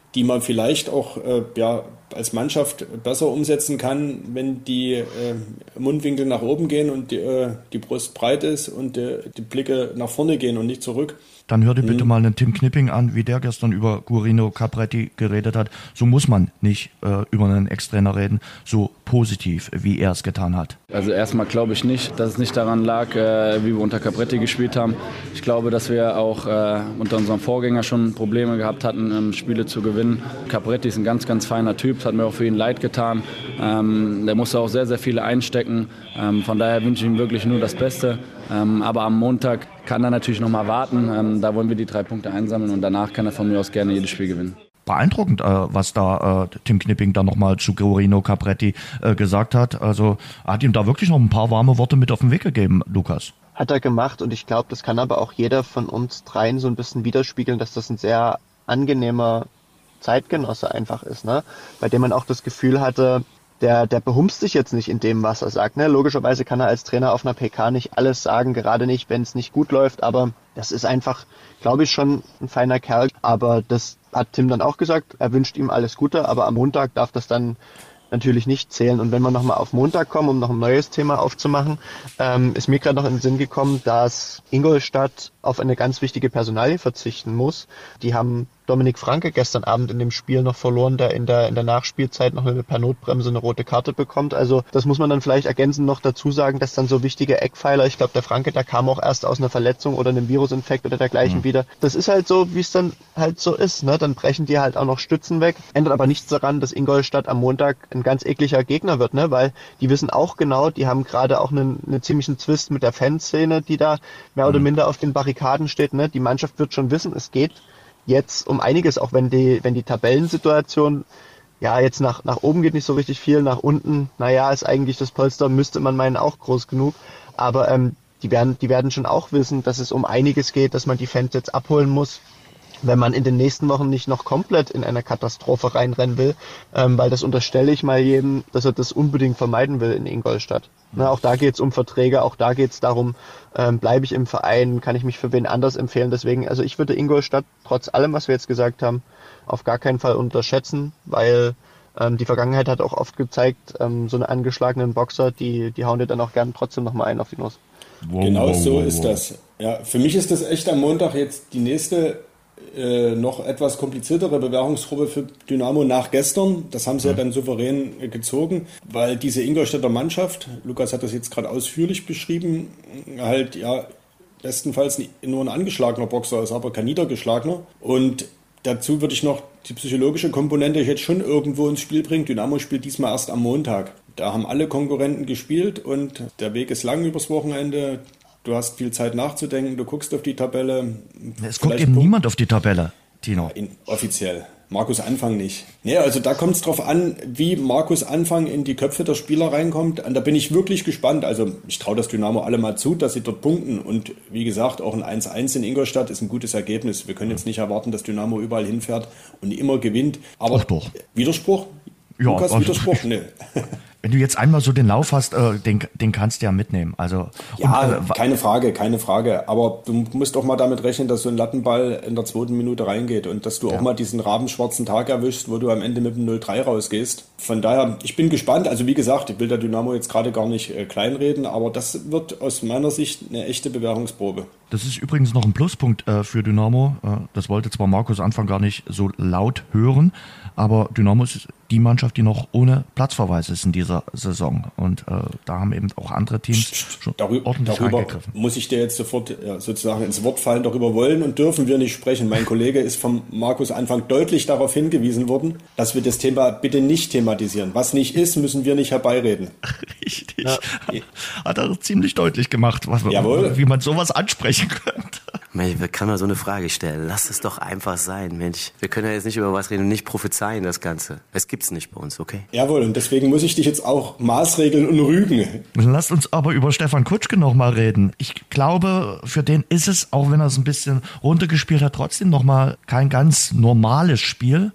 die man vielleicht auch äh, ja, als Mannschaft besser umsetzen kann, wenn die äh, Mundwinkel nach oben gehen und die, äh, die Brust breit ist und äh, die Blicke nach vorne gehen und nicht zurück. Dann hör dir bitte mal einen Tim Knipping an, wie der gestern über Guarino Capretti geredet hat. So muss man nicht äh, über einen Ex-Trainer reden, so positiv, wie er es getan hat. Also erstmal glaube ich nicht, dass es nicht daran lag, äh, wie wir unter Capretti gespielt haben. Ich glaube, dass wir auch äh, unter unserem Vorgänger schon Probleme gehabt hatten, ähm, Spiele zu gewinnen. Capretti ist ein ganz, ganz feiner Typ, es hat mir auch für ihn leid getan. Ähm, der musste auch sehr, sehr viele einstecken. Ähm, von daher wünsche ich ihm wirklich nur das Beste. Ähm, aber am Montag kann er natürlich noch mal warten. Ähm, da wollen wir die drei Punkte einsammeln und danach kann er von mir aus gerne jedes Spiel gewinnen. Beeindruckend, äh, was da äh, Tim Knipping dann nochmal zu Guarino Capretti äh, gesagt hat. Also er hat ihm da wirklich noch ein paar warme Worte mit auf den Weg gegeben, Lukas. Hat er gemacht und ich glaube, das kann aber auch jeder von uns dreien so ein bisschen widerspiegeln, dass das ein sehr angenehmer Zeitgenosse einfach ist, ne? Bei dem man auch das Gefühl hatte, der, der behumst sich jetzt nicht in dem, was er sagt. Ne? Logischerweise kann er als Trainer auf einer P K nicht alles sagen, gerade nicht, wenn es nicht gut läuft, aber das ist einfach, glaube ich, schon ein feiner Kerl. Aber das hat Tim dann auch gesagt, er wünscht ihm alles Gute, aber am Montag darf das dann natürlich nicht zählen. Und wenn wir nochmal auf Montag kommen, um noch ein neues Thema aufzumachen, ähm, ist mir gerade noch in den Sinn gekommen, dass Ingolstadt auf eine ganz wichtige Personalie verzichten muss. Die haben Dominik Franke gestern Abend in dem Spiel noch verloren, der in der in der Nachspielzeit noch eine, per Notbremse eine rote Karte bekommt. Also das muss man dann vielleicht ergänzend noch dazu sagen, dass dann so wichtige Eckpfeiler, ich glaube der Franke, der kam auch erst aus einer Verletzung oder einem Virusinfekt oder dergleichen mhm. wieder. Das ist halt so, wie es dann halt so ist, ne? Dann brechen die halt auch noch Stützen weg. Ändert aber nichts daran, dass Ingolstadt am Montag ein ganz ekliger Gegner wird, ne? Weil die wissen auch genau, die haben gerade auch einen, einen ziemlichen Zwist mit der Fanszene, die da mehr oder minder auf den Barrikaden steht, ne? Die Mannschaft wird schon wissen, es geht jetzt um einiges, auch wenn die, wenn die Tabellensituation, ja, jetzt nach, nach oben geht nicht so richtig viel, nach unten, naja, ist eigentlich das Polster, müsste man meinen, auch groß genug, aber ähm, die werden, die werden schon auch wissen, dass es um einiges geht, dass man die Fans jetzt abholen muss, wenn man in den nächsten Wochen nicht noch komplett in eine Katastrophe reinrennen will, ähm, weil das unterstelle ich mal jedem, dass er das unbedingt vermeiden will in Ingolstadt. Na, auch da geht's um Verträge, auch da geht's darum, ähm, bleibe ich im Verein, kann ich mich für wen anders empfehlen. Deswegen, also ich würde Ingolstadt, trotz allem, was wir jetzt gesagt haben, auf gar keinen Fall unterschätzen, weil ähm, die Vergangenheit hat auch oft gezeigt, ähm, so eine angeschlagenen Boxer, die, die hauen dir dann auch gern trotzdem nochmal einen auf die Nuss. Wow, genau wow, so wow, ist wow. das. Ja, für mich ist das echt am Montag jetzt die nächste Äh, noch etwas kompliziertere Bewährungsprobe für Dynamo nach gestern. Das haben sie ja, ja dann souverän äh, gezogen, weil diese Ingolstädter Mannschaft, Lukas hat das jetzt gerade ausführlich beschrieben, halt ja bestenfalls nur ein angeschlagener Boxer ist, aber kein niedergeschlagener. Und dazu würde ich noch die psychologische Komponente jetzt schon irgendwo ins Spiel bringen. Dynamo spielt diesmal erst am Montag. Da haben alle Konkurrenten gespielt und der Weg ist lang übers Wochenende. Du hast viel Zeit nachzudenken, du guckst auf die Tabelle. Es guckt eben niemand auf die Tabelle, Tino. Ja, in, offiziell. Markus Anfang nicht. Nee, also da kommt es drauf an, wie Markus Anfang in die Köpfe der Spieler reinkommt. Und da bin ich wirklich gespannt. Also ich traue das Dynamo alle mal zu, dass sie dort punkten. Und wie gesagt, auch ein eins eins in Ingolstadt ist ein gutes Ergebnis. Wir können jetzt nicht erwarten, dass Dynamo überall hinfährt und immer gewinnt. Aber doch, doch. Widerspruch? Ja, Lukas, also, Widerspruch? Nee. Wenn du jetzt einmal so den Lauf hast, äh, den, den kannst du ja mitnehmen. Also ja, und, äh, keine Frage, keine Frage. Aber du musst auch mal damit rechnen, dass so ein Lattenball in der zweiten Minute reingeht und dass du ja. auch mal diesen rabenschwarzen Tag erwischst, wo du am Ende mit dem null drei rausgehst. Von daher, ich bin gespannt. Also wie gesagt, ich will der Dynamo jetzt gerade gar nicht äh, kleinreden, aber das wird aus meiner Sicht eine echte Bewährungsprobe. Das ist übrigens noch ein Pluspunkt äh, für Dynamo. Äh, das wollte zwar Markus Anfang gar nicht so laut hören, aber Dynamo ist die Mannschaft, die noch ohne Platzverweis ist in dieser Saison. Und äh, da haben eben auch andere Teams schon darüber, ordentlich darüber eingegriffen. Muss ich dir jetzt sofort ja, sozusagen ins Wort fallen, darüber wollen und dürfen wir nicht sprechen. Mein Kollege ist vom Markus Anfang deutlich darauf hingewiesen worden, dass wir das Thema bitte nicht thematisieren. Was nicht ist, müssen wir nicht herbeireden. Richtig. Ja. Hat er ziemlich deutlich gemacht, was, wie man sowas ansprechen könnte. Mensch, wer kann mal so eine Frage stellen? Lass es doch einfach sein, Mensch. Wir können ja jetzt nicht über was reden und nicht prophezeien, das Ganze. Es gibt's nicht bei uns, okay? Jawohl, und deswegen muss ich dich jetzt auch maßregeln und rügen. Lasst uns aber über Stefan Kutschke noch mal reden. Ich glaube, für den ist es, auch wenn er es ein bisschen runtergespielt hat, trotzdem noch mal kein ganz normales Spiel.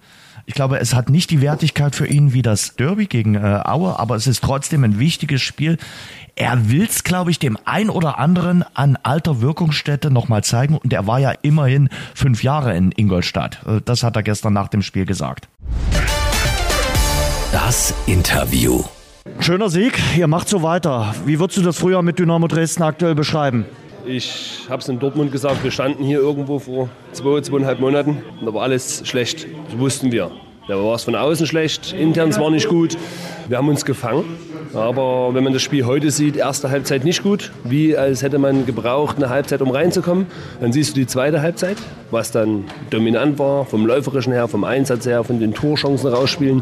Ich glaube, es hat nicht die Wertigkeit für ihn wie das Derby gegen äh, Aue, aber es ist trotzdem ein wichtiges Spiel. Er will's, glaube ich, dem ein oder anderen an alter Wirkungsstätte nochmal zeigen. Und er war ja immerhin fünf Jahre in Ingolstadt. Das hat er gestern nach dem Spiel gesagt. Das Interview. Schöner Sieg, ihr macht so weiter. Wie würdest du das Frühjahr mit Dynamo Dresden aktuell beschreiben? Ich habe es in Dortmund gesagt, wir standen hier irgendwo vor zwei, zweieinhalb Monaten. Da war alles schlecht, das wussten wir. Da war es von außen schlecht, intern war nicht gut. Wir haben uns gefangen. Aber wenn man das Spiel heute sieht, erste Halbzeit nicht gut. Wie als hätte man gebraucht, eine Halbzeit, um reinzukommen. Dann siehst du die zweite Halbzeit, was dann dominant war, vom Läuferischen her, vom Einsatz her, von den Torchancen rausspielen.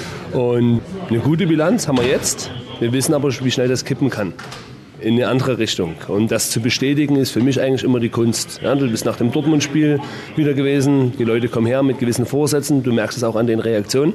Und eine gute Bilanz haben wir jetzt. Wir wissen aber, wie schnell das kippen kann. In eine andere Richtung. Und das zu bestätigen ist für mich eigentlich immer die Kunst. Ja, du bist nach dem Dortmund-Spiel wieder gewesen. Die Leute kommen her mit gewissen Vorsätzen. Du merkst es auch an den Reaktionen.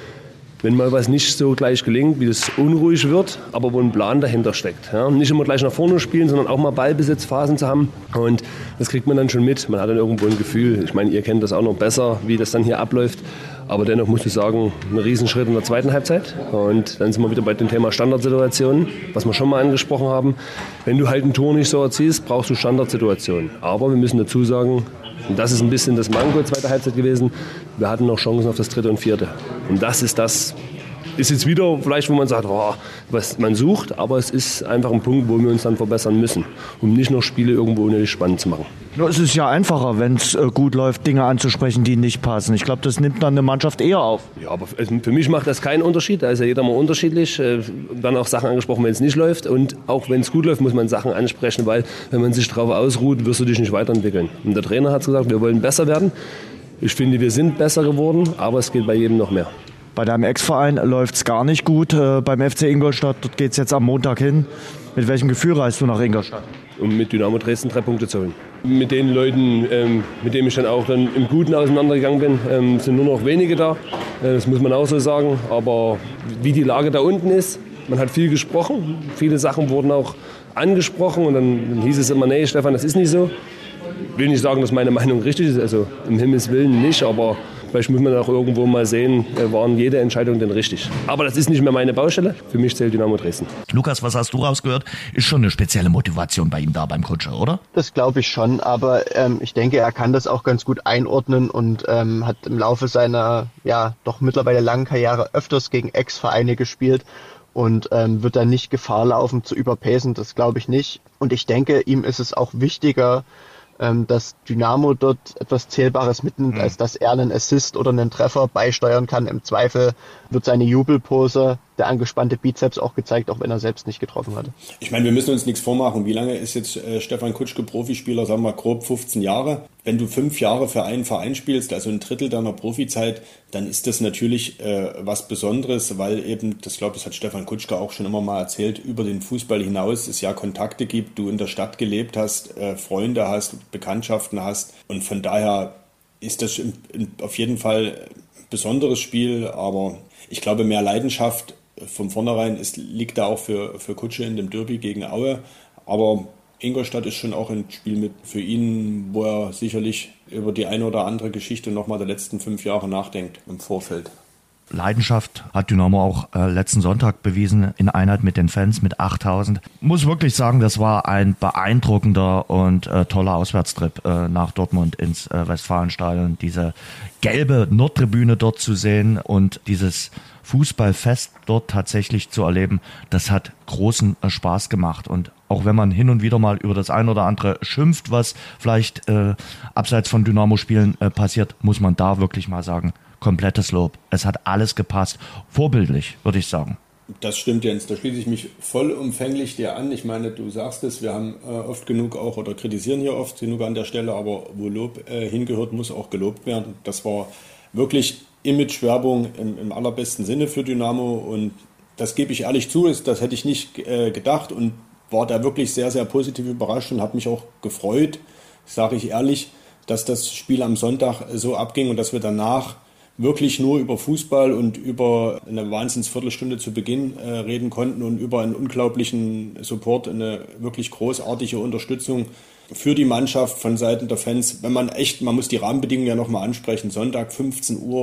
Wenn mal was nicht so gleich gelingt, wie das unruhig wird, aber wo ein Plan dahinter steckt. Ja, nicht immer gleich nach vorne spielen, sondern auch mal Ballbesitzphasen zu haben. Und das kriegt man dann schon mit. Man hat dann irgendwo ein Gefühl. Ich meine, ihr kennt das auch noch besser, wie das dann hier abläuft. Aber dennoch muss ich sagen, ein Riesenschritt in der zweiten Halbzeit. Und dann sind wir wieder bei dem Thema Standardsituationen, was wir schon mal angesprochen haben. Wenn du halt ein Tor nicht so erzielst, brauchst du Standardsituationen. Aber wir müssen dazu sagen, und das ist ein bisschen das Manko zweiter Halbzeit gewesen, wir hatten noch Chancen auf das dritte und vierte. Und das ist das, ist jetzt wieder vielleicht, wo man sagt, oh, was man sucht, aber es ist einfach ein Punkt, wo wir uns dann verbessern müssen, um nicht noch Spiele irgendwo unnötig spannend zu machen. Nur es ist ja einfacher, wenn es äh, gut läuft, Dinge anzusprechen, die nicht passen. Ich glaube, das nimmt dann eine Mannschaft eher auf. Ja, aber für mich macht das keinen Unterschied. Da ist ja jeder mal unterschiedlich. Äh, dann auch Sachen angesprochen, wenn es nicht läuft. Und auch wenn es gut läuft, muss man Sachen ansprechen, weil wenn man sich darauf ausruht, wirst du dich nicht weiterentwickeln. Und der Trainer hat gesagt, wir wollen besser werden. Ich finde, wir sind besser geworden, aber es geht bei jedem noch mehr. Bei deinem Ex-Verein läuft es gar nicht gut. Äh, beim F C Ingolstadt, dort geht es jetzt am Montag hin. Mit welchem Gefühl reist du nach Ingolstadt? Um mit Dynamo Dresden drei Punkte zu holen. Mit den Leuten, ähm, mit denen ich dann auch dann im Guten auseinandergegangen bin, ähm, sind nur noch wenige da. Äh, das muss man auch so sagen. Aber wie die Lage da unten ist, man hat viel gesprochen. Viele Sachen wurden auch angesprochen. Und dann, dann hieß es immer, nee, Stefan, das ist nicht so. Ich will nicht sagen, dass meine Meinung richtig ist, also im Himmels Willen nicht, aber vielleicht muss man auch irgendwo mal sehen, waren jede Entscheidung denn richtig. Aber das ist nicht mehr meine Baustelle, für mich zählt Dynamo Dresden. Lukas, was hast du rausgehört? Ist schon eine spezielle Motivation bei ihm da beim Kutscher, oder? Das glaube ich schon, aber ähm, ich denke, er kann das auch ganz gut einordnen und ähm, hat im Laufe seiner ja doch mittlerweile langen Karriere öfters gegen Ex-Vereine gespielt. Und ähm, wird dann nicht Gefahr laufen zu überpacen, das glaube ich nicht. Und ich denke, ihm ist es auch wichtiger, ähm, dass Dynamo dort etwas Zählbares mitnimmt, mhm. als dass er einen Assist oder einen Treffer beisteuern kann. Im Zweifel wird seine Jubelpose, der angespannte Bizeps auch gezeigt, auch wenn er selbst nicht getroffen hatte. Ich meine, wir müssen uns nichts vormachen. Wie lange ist jetzt äh, Stefan Kutschke Profispieler? Sagen wir grob fünfzehn Jahre. Wenn du fünf Jahre für einen Verein spielst, also ein Drittel deiner Profizeit, dann ist das natürlich äh, was Besonderes, weil eben, das glaube ich, hat Stefan Kutschke auch schon immer mal erzählt, über den Fußball hinaus es ja Kontakte gibt, du in der Stadt gelebt hast, äh, Freunde hast, Bekanntschaften hast und von daher ist das in, in, auf jeden Fall ein besonderes Spiel, aber ich glaube, mehr Leidenschaft von vornherein ist, liegt da auch für, für Kutsche in dem Derby gegen Aue, aber Ingolstadt ist schon auch ein Spiel mit für ihn, wo er sicherlich über die eine oder andere Geschichte nochmal der letzten fünf Jahre nachdenkt im Vorfeld. Leidenschaft hat Dynamo auch äh, letzten Sonntag bewiesen in Einheit mit den Fans mit achttausend. Muss wirklich sagen, das war ein beeindruckender und äh, toller Auswärtstrip äh, nach Dortmund ins äh, Westfalenstadion. Diese gelbe Nordtribüne dort zu sehen und dieses Fußballfest dort tatsächlich zu erleben, das hat großen äh, Spaß gemacht. Und auch wenn man hin und wieder mal über das ein oder andere schimpft, was vielleicht äh, abseits von Dynamo-Spielen äh, passiert, muss man da wirklich mal sagen, komplettes Lob. Es hat alles gepasst. Vorbildlich, würde ich sagen. Das stimmt, Jens. Da schließe ich mich vollumfänglich dir an. Ich meine, du sagst es, wir haben äh, oft genug auch oder kritisieren hier oft genug an der Stelle, aber wo Lob äh, hingehört, muss auch gelobt werden. Das war wirklich Imagewerbung im, im allerbesten Sinne für Dynamo und das gebe ich ehrlich zu, ist, das hätte ich nicht äh, gedacht und war da wirklich sehr, sehr positiv überrascht und habe mich auch gefreut, sage ich ehrlich, dass das Spiel am Sonntag so abging und dass wir danach wirklich nur über Fußball und über eine Wahnsinnsviertelstunde zu Beginn äh, reden konnten und über einen unglaublichen Support, eine wirklich großartige Unterstützung für die Mannschaft von Seiten der Fans. Wenn man echt, man muss die Rahmenbedingungen ja nochmal ansprechen, Sonntag fünfzehn Uhr,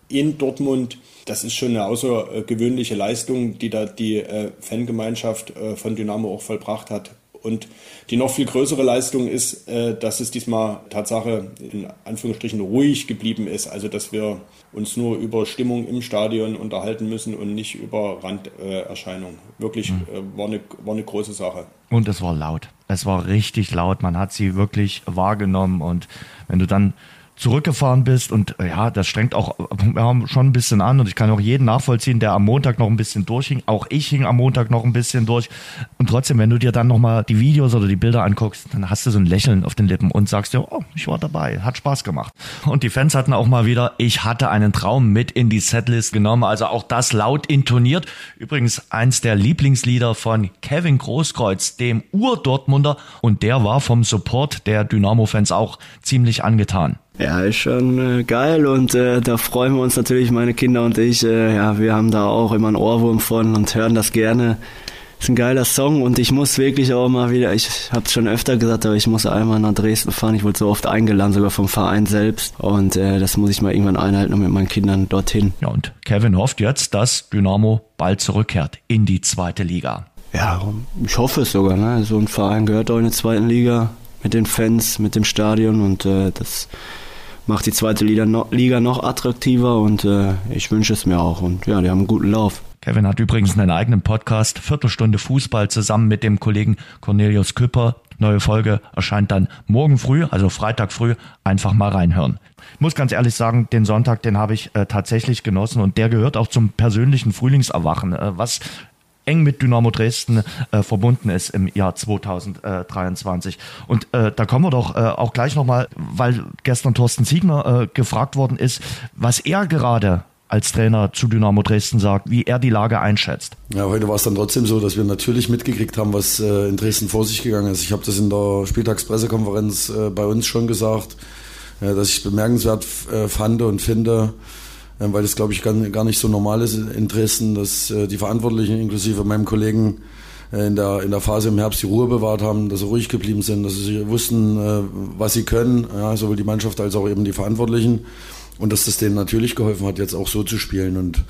in Dortmund. Das ist schon eine außergewöhnliche Leistung, die da die äh, Fangemeinschaft äh, von Dynamo auch vollbracht hat. Und die noch viel größere Leistung ist, äh, dass es diesmal Tatsache in Anführungsstrichen ruhig geblieben ist. Also dass wir uns nur über Stimmung im Stadion unterhalten müssen und nicht über Randerscheinungen. Wirklich mhm. äh, war, eine, war eine große Sache. Und es war laut. Es war richtig laut. Man hat sie wirklich wahrgenommen. Und wenn du dann zurückgefahren bist und ja, das strengt auch ja, schon ein bisschen an und ich kann auch jeden nachvollziehen, der am Montag noch ein bisschen durchhing. Auch ich hing am Montag noch ein bisschen durch und trotzdem, wenn du dir dann nochmal die Videos oder die Bilder anguckst, dann hast du so ein Lächeln auf den Lippen und sagst dir, oh, ich war dabei, hat Spaß gemacht. Und die Fans hatten auch mal wieder, ich hatte einen Traum mit in die Setlist genommen, also auch das laut intoniert. Übrigens eins der Lieblingslieder von Kevin Großkreuz, dem Ur-Dortmunder, und der war vom Support der Dynamo-Fans auch ziemlich angetan. Ja, ist schon äh, geil und äh, da freuen wir uns natürlich, meine Kinder und ich. Äh, ja, wir haben da auch immer einen Ohrwurm von und hören das gerne. Ist ein geiler Song und ich muss wirklich auch mal wieder, ich habe es schon öfter gesagt, aber ich muss einmal nach Dresden fahren. Ich wurde so oft eingeladen, sogar vom Verein selbst und äh, das muss ich mal irgendwann einhalten und mit meinen Kindern dorthin. Ja, und Kevin hofft jetzt, dass Dynamo bald zurückkehrt in die zweite Liga. Ja, ich hoffe es sogar. Ne? So ein Verein gehört auch in der zweiten Liga mit den Fans, mit dem Stadion und äh, das macht die zweite Liga noch, Liga noch attraktiver und äh, ich wünsche es mir auch. Und ja, die haben einen guten Lauf. Kevin hat übrigens einen eigenen Podcast, Viertelstunde Fußball, zusammen mit dem Kollegen Cornelius Küpper. Neue Folge erscheint dann morgen früh, also Freitag früh, einfach mal reinhören. Ich muss ganz ehrlich sagen, den Sonntag, den habe ich äh, tatsächlich genossen und der gehört auch zum persönlichen Frühlingserwachen, äh, was eng mit Dynamo Dresden äh, verbunden ist im Jahr zweitausenddreiundzwanzig. Und äh, da kommen wir doch äh, auch gleich nochmal, weil gestern Thorsten Siegner äh, gefragt worden ist, was er gerade als Trainer zu Dynamo Dresden sagt, wie er die Lage einschätzt. Ja, heute war es dann trotzdem so, dass wir natürlich mitgekriegt haben, was äh, in Dresden vor sich gegangen ist. Ich habe das in der Spieltagspressekonferenz äh, bei uns schon gesagt, äh, dass ich es bemerkenswert äh, fand und finde, weil das, glaube ich, gar nicht so normal ist in Dresden, dass die Verantwortlichen inklusive meinem Kollegen in der, in der Phase im Herbst die Ruhe bewahrt haben, dass sie ruhig geblieben sind, dass sie wussten, was sie können, ja, sowohl die Mannschaft als auch eben die Verantwortlichen, und dass das denen natürlich geholfen hat, jetzt auch so zu spielen. Und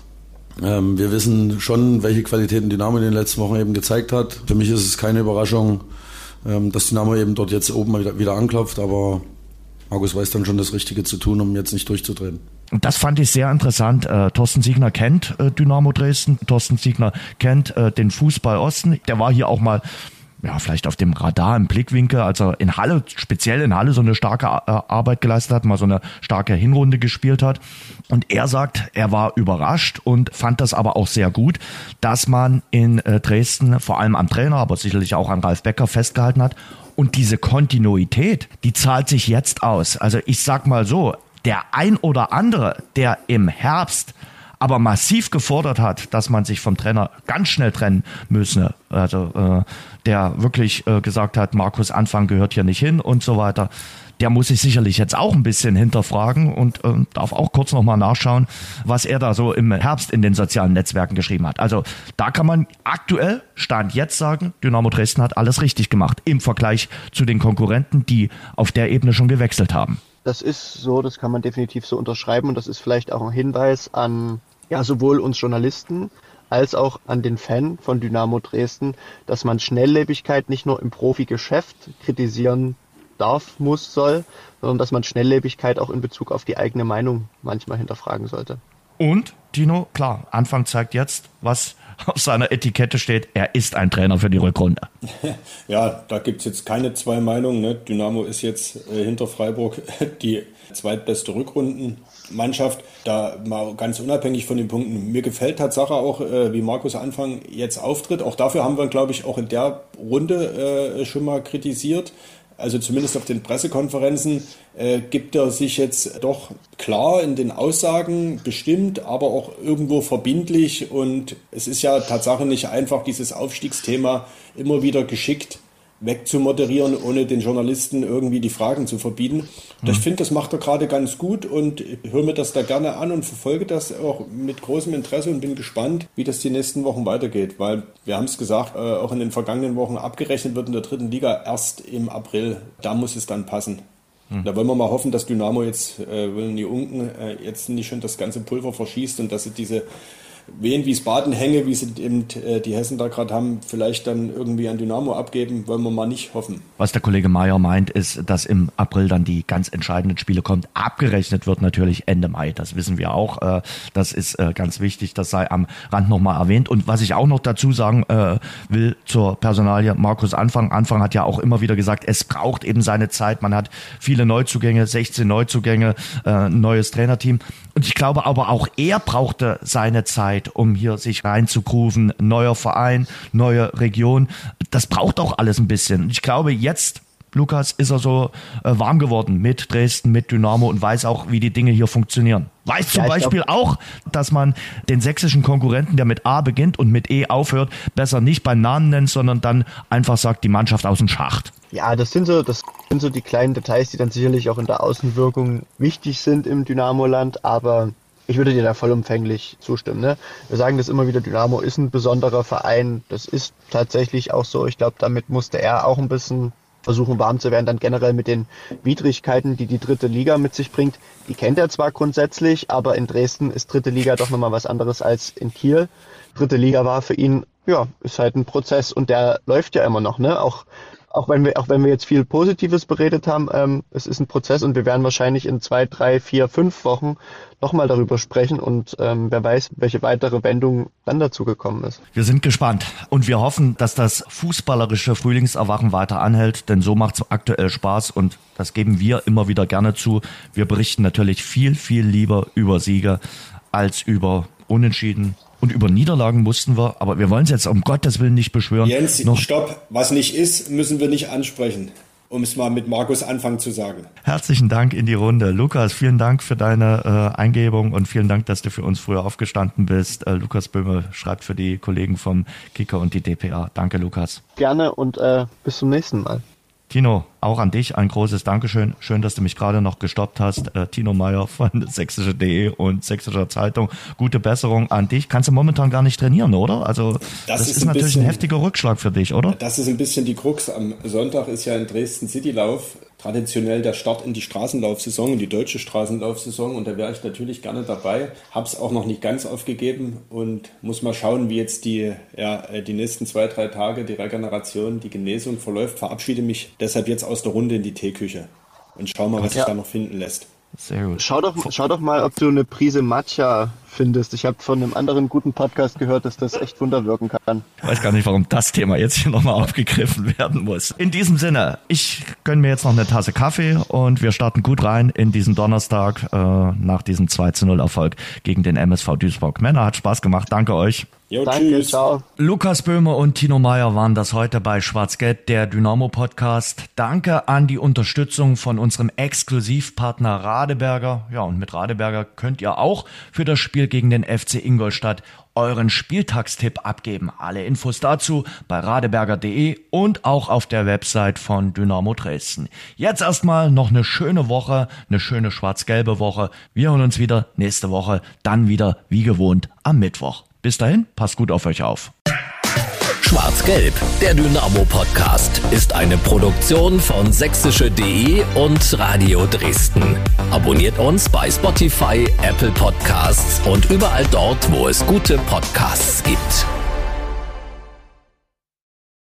ähm, wir wissen schon, welche Qualitäten Dynamo in den letzten Wochen eben gezeigt hat. Für mich ist es keine Überraschung, ähm, dass Dynamo eben dort jetzt oben wieder, wieder anklopft, aber Markus weiß dann schon das Richtige zu tun, um jetzt nicht durchzudrehen. Und das fand ich sehr interessant. Äh, Thorsten Siegner kennt äh, Dynamo Dresden. Thorsten Siegner kennt äh, den Fußball Osten. Der war hier auch mal, ja, vielleicht auf dem Radar im Blickwinkel, als er in Halle, speziell in Halle, so eine starke äh, Arbeit geleistet hat, mal so eine starke Hinrunde gespielt hat. Und er sagt, er war überrascht und fand das aber auch sehr gut, dass man in äh, Dresden vor allem am Trainer, aber sicherlich auch an Ralf Becker festgehalten hat. Und diese Kontinuität, die zahlt sich jetzt aus. Also ich sag mal so, der ein oder andere, der im Herbst aber massiv gefordert hat, dass man sich vom Trainer ganz schnell trennen müsse, also äh, der wirklich äh, gesagt hat, Markus Anfang gehört hier nicht hin und so weiter, der muss sich sicherlich jetzt auch ein bisschen hinterfragen und äh, darf auch kurz nochmal nachschauen, was er da so im Herbst in den sozialen Netzwerken geschrieben hat. Also da kann man aktuell, Stand jetzt sagen, Dynamo Dresden hat alles richtig gemacht im Vergleich zu den Konkurrenten, die auf der Ebene schon gewechselt haben. Das ist so, das kann man definitiv so unterschreiben und das ist vielleicht auch ein Hinweis an ja sowohl uns Journalisten als auch an den Fan von Dynamo Dresden, dass man Schnelllebigkeit nicht nur im Profigeschäft kritisieren darf, muss, soll, sondern dass man Schnelllebigkeit auch in Bezug auf die eigene Meinung manchmal hinterfragen sollte. Und, Tino, klar, Anfang zeigt jetzt, was auf seiner Etikette steht, er ist ein Trainer für die Rückrunde. Ja, da gibt es jetzt keine zwei Meinungen. Ne? Dynamo ist jetzt äh, hinter Freiburg die zweitbeste Rückrundenmannschaft. Da mal ganz unabhängig von den Punkten. Mir gefällt Tatsache auch, äh, wie Markus Anfang jetzt auftritt. Auch dafür haben wir, glaube ich, auch in der Runde äh, schon mal kritisiert. Also zumindest auf den Pressekonferenzen äh, gibt er sich jetzt doch klar in den Aussagen, bestimmt, aber auch irgendwo verbindlich. Und es ist ja Tatsache nicht einfach, dieses Aufstiegsthema immer wieder geschickt wegzumoderieren, ohne den Journalisten irgendwie die Fragen zu verbieten. Und ich finde, das macht er gerade ganz gut und höre mir das da gerne an und verfolge das auch mit großem Interesse und bin gespannt, wie das die nächsten Wochen weitergeht. Weil, wir haben es gesagt, äh, auch in den vergangenen Wochen abgerechnet wird in der dritten Liga erst im April. Da muss es dann passen. Hm. Da wollen wir mal hoffen, dass Dynamo jetzt, äh, Wilny Unken, äh, jetzt nicht schon das ganze Pulver verschießt und dass sie diese Wehen, Wiesbaden hänge, wie sie eben äh, die Hessen da gerade haben, vielleicht dann irgendwie an Dynamo abgeben, wollen wir mal nicht hoffen. Was der Kollege Meier meint, ist, dass im April dann die ganz entscheidenden Spiele kommt. Abgerechnet wird natürlich Ende Mai, das wissen wir auch. Äh, das ist äh, ganz wichtig, das sei am Rand nochmal erwähnt. Und was ich auch noch dazu sagen äh, will zur Personalie Markus Anfang. Anfang hat ja auch immer wieder gesagt, es braucht eben seine Zeit. Man hat viele Neuzugänge, sechzehn Neuzugänge, äh, ein neues Trainerteam. Und ich glaube aber auch er brauchte seine Zeit, um hier sich reinzugrooven. Neuer Verein, neue Region. Das braucht auch alles ein bisschen. Ich glaube, jetzt, Lukas, ist er so äh, warm geworden mit Dresden, mit Dynamo und weiß auch, wie die Dinge hier funktionieren. Weiß zum ja, Beispiel glaub... auch, dass man den sächsischen Konkurrenten, der mit A beginnt und mit E aufhört, besser nicht beim Namen nennt, sondern dann einfach sagt, die Mannschaft aus dem Schacht. Ja, das sind so, das sind so die kleinen Details, die dann sicherlich auch in der Außenwirkung wichtig sind im Dynamo-Land, aber ich würde dir da vollumfänglich zustimmen. Ne? Wir sagen das immer wieder, Dynamo ist ein besonderer Verein. Das ist tatsächlich auch so. Ich glaube, damit musste er auch ein bisschen versuchen, warm zu werden. Dann generell mit den Widrigkeiten, die die dritte Liga mit sich bringt. Die kennt er zwar grundsätzlich, aber in Dresden ist dritte Liga doch nochmal was anderes als in Kiel. Dritte Liga war für ihn, ja, ist halt ein Prozess und der läuft ja immer noch. Ne? Auch Auch wenn wir, auch wenn wir jetzt viel Positives beredet haben, ähm, es ist ein Prozess und wir werden wahrscheinlich in zwei, drei, vier, fünf Wochen nochmal darüber sprechen und ähm, wer weiß, welche weitere Wendung dann dazu gekommen ist. Wir sind gespannt und wir hoffen, dass das fußballerische Frühlingserwachen weiter anhält, denn so macht es aktuell Spaß und das geben wir immer wieder gerne zu. Wir berichten natürlich viel, viel lieber über Siege als über Unentschieden. Und über Niederlagen mussten wir, aber wir wollen es jetzt um Gottes Willen nicht beschwören. Jens, Noch stopp, was nicht ist, müssen wir nicht ansprechen, um es mal mit Markus Anfang zu sagen. Herzlichen Dank in die Runde. Lukas, vielen Dank für deine äh, Eingebung und vielen Dank, dass du für uns früher aufgestanden bist. Äh, Lukas Böhme schreibt für die Kollegen vom Kicker und die D P A. Danke, Lukas. Gerne und äh, bis zum nächsten Mal. Tino, auch an dich ein großes Dankeschön. Schön, dass du mich gerade noch gestoppt hast. Äh, Tino Meier von sächsische punkt de und Sächsischer Zeitung. Gute Besserung an dich. Kannst du momentan gar nicht trainieren, oder? Also das, das ist, ist ein natürlich bisschen, ein heftiger Rückschlag für dich, oder? Das ist ein bisschen die Krux. Am Sonntag ist ja in Dresden Citylauf traditionell der Start in die Straßenlaufsaison, in die deutsche Straßenlaufsaison. Und da wäre ich natürlich gerne dabei. Habe es auch noch nicht ganz aufgegeben und muss mal schauen, wie jetzt die, ja, die nächsten zwei, drei Tage die Regeneration, die Genesung verläuft. Verabschiede mich deshalb jetzt aus der Runde in die Teeküche und schau mal, was sich ja. da noch finden lässt. Sehr gut. Schau doch, schau doch mal, ob du eine Prise Matcha findest. Ich habe von einem anderen guten Podcast gehört, dass das echt Wunder wirken kann. Ich weiß gar nicht, warum das Thema jetzt hier nochmal aufgegriffen werden muss. In diesem Sinne, ich gönne mir jetzt noch eine Tasse Kaffee und wir starten gut rein in diesen Donnerstag äh, nach diesem zwei zu null Erfolg gegen den M S V Duisburg. Männer, hat Spaß gemacht. Danke euch. Jo, Danke, tschüss. Ciao. Lukas Böhme und Tino Meier waren das heute bei Schwarz-Gelb, der Dynamo-Podcast. Danke an die Unterstützung von unserem Exklusivpartner Radeberger. Ja, und mit Radeberger könnt ihr auch für das Spiel gegen den F C Ingolstadt euren Spieltagstipp abgeben. Alle Infos dazu bei radeberger punkt de und auch auf der Website von Dynamo Dresden. Jetzt erstmal noch eine schöne Woche, eine schöne schwarz-gelbe Woche. Wir hören uns wieder nächste Woche, dann wieder wie gewohnt am Mittwoch. Bis dahin, passt gut auf euch auf. Schwarz-Gelb, der Dynamo-Podcast, ist eine Produktion von sächsische punkt de und Radio Dresden. Abonniert uns bei Spotify, Apple Podcasts und überall dort, wo es gute Podcasts gibt.